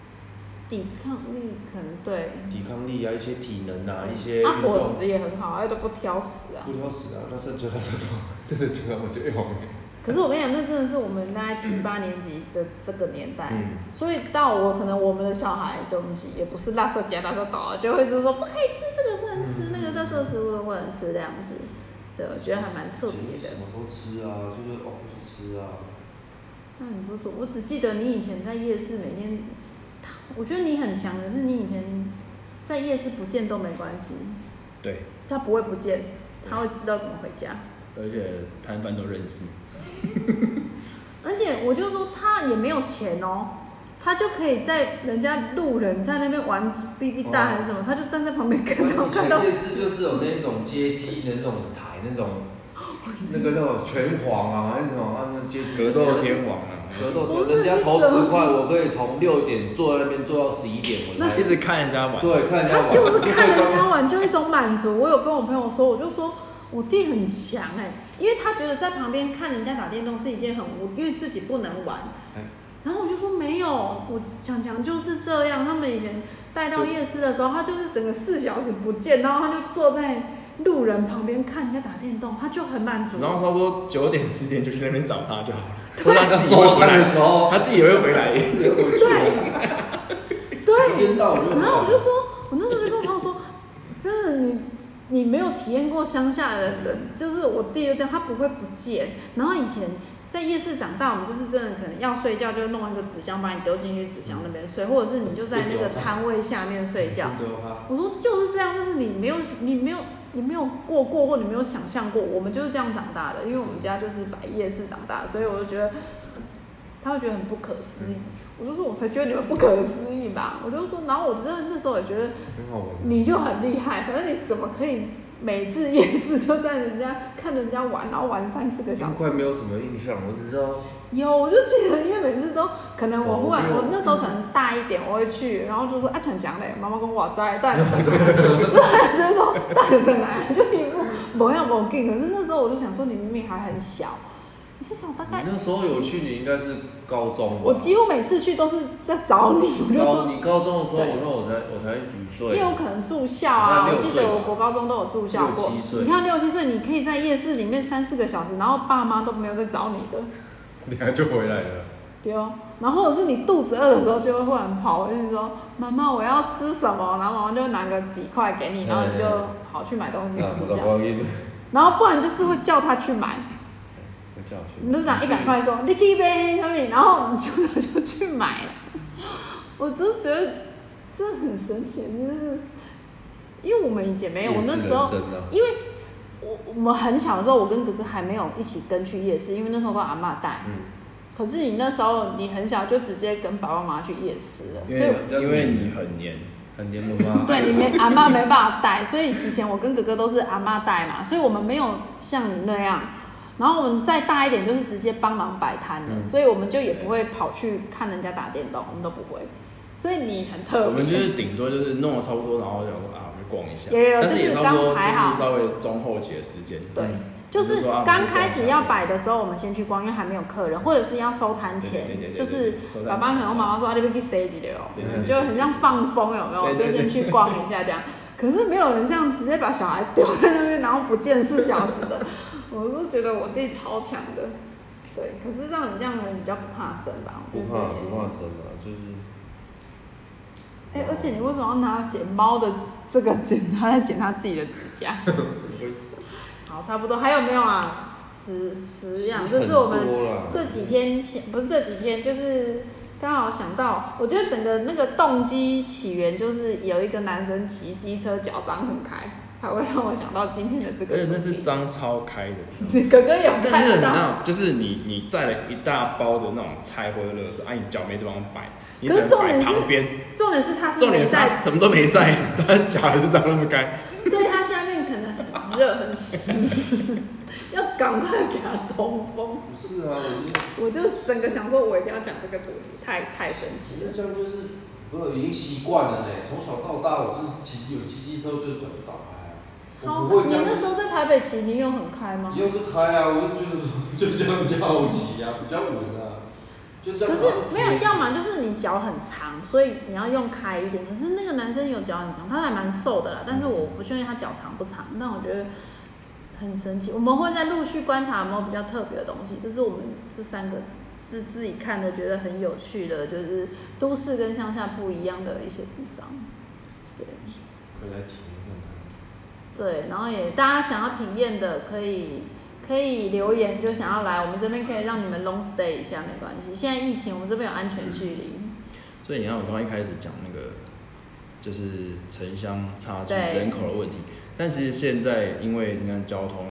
抵抗力可能对。 抵抗力啊，一些体能啊，一些运动。 伙食也很好，都不挑食啊。 不挑食啊，那是真的我就用可是我跟你讲，那真的是我们大概7、8年级的这个年代，所以到可能我们的小孩东西也不是垃圾加垃圾倒，就会是说不可以吃这个，不能吃那个垃圾食物都不能吃这样子。对，我觉得还蛮特别的。 什么都吃啊，就是不吃啊。 那你不说，我只记得你以前在夜市每天，我觉得你很强的是你以前在夜市不见都没关系。 对。 他不会不见，他会知道怎么回家。 而且摊贩都认识。 而且我就说他也没有钱哦，他就可以在人家路人在那边玩 BB 弹还是什么，他就站在旁边看到。 夜市就是有那种阶梯的那种台，那种那个叫拳皇啊，还是什么那阶梯。 格斗天王啊。 格斗天，人家投10块，我可以从6点坐在那边坐到11点，我才。 一直看人家玩。 对，看人家玩。 他就是看人家玩，就一种满足。我有跟我朋友说，我就说。我弟很强因为他觉得在旁边看人家打电动是一件因为自己不能玩。然后我就说没有，我强就是这样。他们以前带到夜市的时候，他就是整个4小时不见，然后他就坐在路人旁边看人家打电动，他就很满足。 然后差不多9点10点就去那边找他就好了。 对， 他收摊的时候，他自己也会回来。 对。然后我就说，我那时候就跟我朋友说，真的你没有体验过乡下的人，就是我弟就这样，他不会不见。然后以前在夜市长大，我们就是真的可能要睡觉，就弄一个纸箱把你丢进去纸箱那边睡，或者是你就在那个摊位下面睡觉。我说就是这样，但是你没有过，或你没有想象过，我们就是这样长大的，因为我们家就是摆夜市长大的，所以我就觉得他会觉得很不可思议。我就说，我才觉得你们不可思议吧。我就说，然后我真的那时候也觉得，你就很厉害。反正你怎么可以每次夜市就在看人家玩，然后玩3-4个小时？ 快没有什么印象，我只知道。 有，我就记得，因为每次都可能我那时候可能大一点，我会去，然后就说强嘞，妈妈跟我在带人等来，就还是说带人等来，就一副没样没劲。可是那时候我就想说，你明明还很小。至少大概你那时候有去，你应该是高中吧？ 我几乎每次去都是在找你。我就说你高中的时候，我才几岁？ 因为我可能住校啊，我记得我国高中都有住校过。 6、7岁。 你看6、7岁，你可以在夜市里面3-4个小时，然后爸妈都没有在找你的。 你还就回来了。 对哦，然后或者是你肚子饿的时候，就会忽然跑回去说：“妈妈，我要吃什么？”然后妈妈就拿个几块给你，然后你就跑去买东西吃这样。然后不然就是会叫他去买。你就拿100块说你去买什么，然后你就去买了。我就觉得这很神奇，就是因为我们以前没有，我那时候因为我们很小的时候，我跟哥哥还没有一起跟去夜市，因为那时候都阿嬷带。可是你那时候你很小就直接跟爸爸妈妈去夜市了， 因为你很黏妈妈。 对，阿嬷没办法带，所以以前我跟哥哥都是阿嬷带嘛，所以我们没有像你那样。然后我们再大一点，就是直接帮忙摆摊了，所以我们就也不会跑去看人家打电动，我们都不会。所以你很特别。 我们就是顶多就是弄得差不多，然后想说我们逛一下。 有， 但是也差不多还好， 就是稍微中后期的时间。 对，就是刚开始要摆的时候，我们先去逛，因为还没有客人，或者是要收摊前，就是爸爸可能妈妈说你要去塞几流，就很像放风，有没有？就先去逛一下这样。可是没有人像直接把小孩丢在那边，然后不见4小时的。我都觉得我弟超强的，对。可是让你这样的人比较不怕生吧？ 不怕生啊，就是。 而且你为什么要拿剪猫的这个他在剪他自己的指甲？好，差不多。还有没有啊？10样，这是我们这几天，不是这几天，就是刚好想到，我觉得整个那个动机起源就是有一个男生骑机车脚张很开。才会让我想到今天的这个。 而且那是张超开的。 你哥哥有看到？ 但是就是你载了一大包的那种菜或者垃圾，你脚没地方摆，你只能摆旁边。 重点是他什么都没载，他脚还是张那么开。 所以他下面可能很热很湿，要赶快给他通风。 不是啊， 我就整个想说，我一定要讲这个主题，太神奇了。 这样就是我已经习惯了呢，从小到大我就是骑机车，就是脚就打开。 你那时候在台北骑，你有很开吗？ 又是开啊，我就觉得就这样比较好骑啊，比较稳啊。 可是没有，要么就是你脚很长，所以你要用开一点。可是那个男生有脚很长，他还蛮瘦的啦，但是我不确定他脚长不长，但我觉得很神奇。我们会再陆续观察有没有比较特别的东西，这是我们这3个自己看的觉得很有趣的，就是都市跟乡下不一样的一些地方。对， 可以来体验看看。 对，然后也大家想要体验的可以留言，就想要来我们这边可以让你们 long stay 一下，没关系。现在疫情，我们这边有安全距离。 所以你看，我刚刚一开始讲那个就是城乡差距、人口的问题，但其实现在因为你看交通。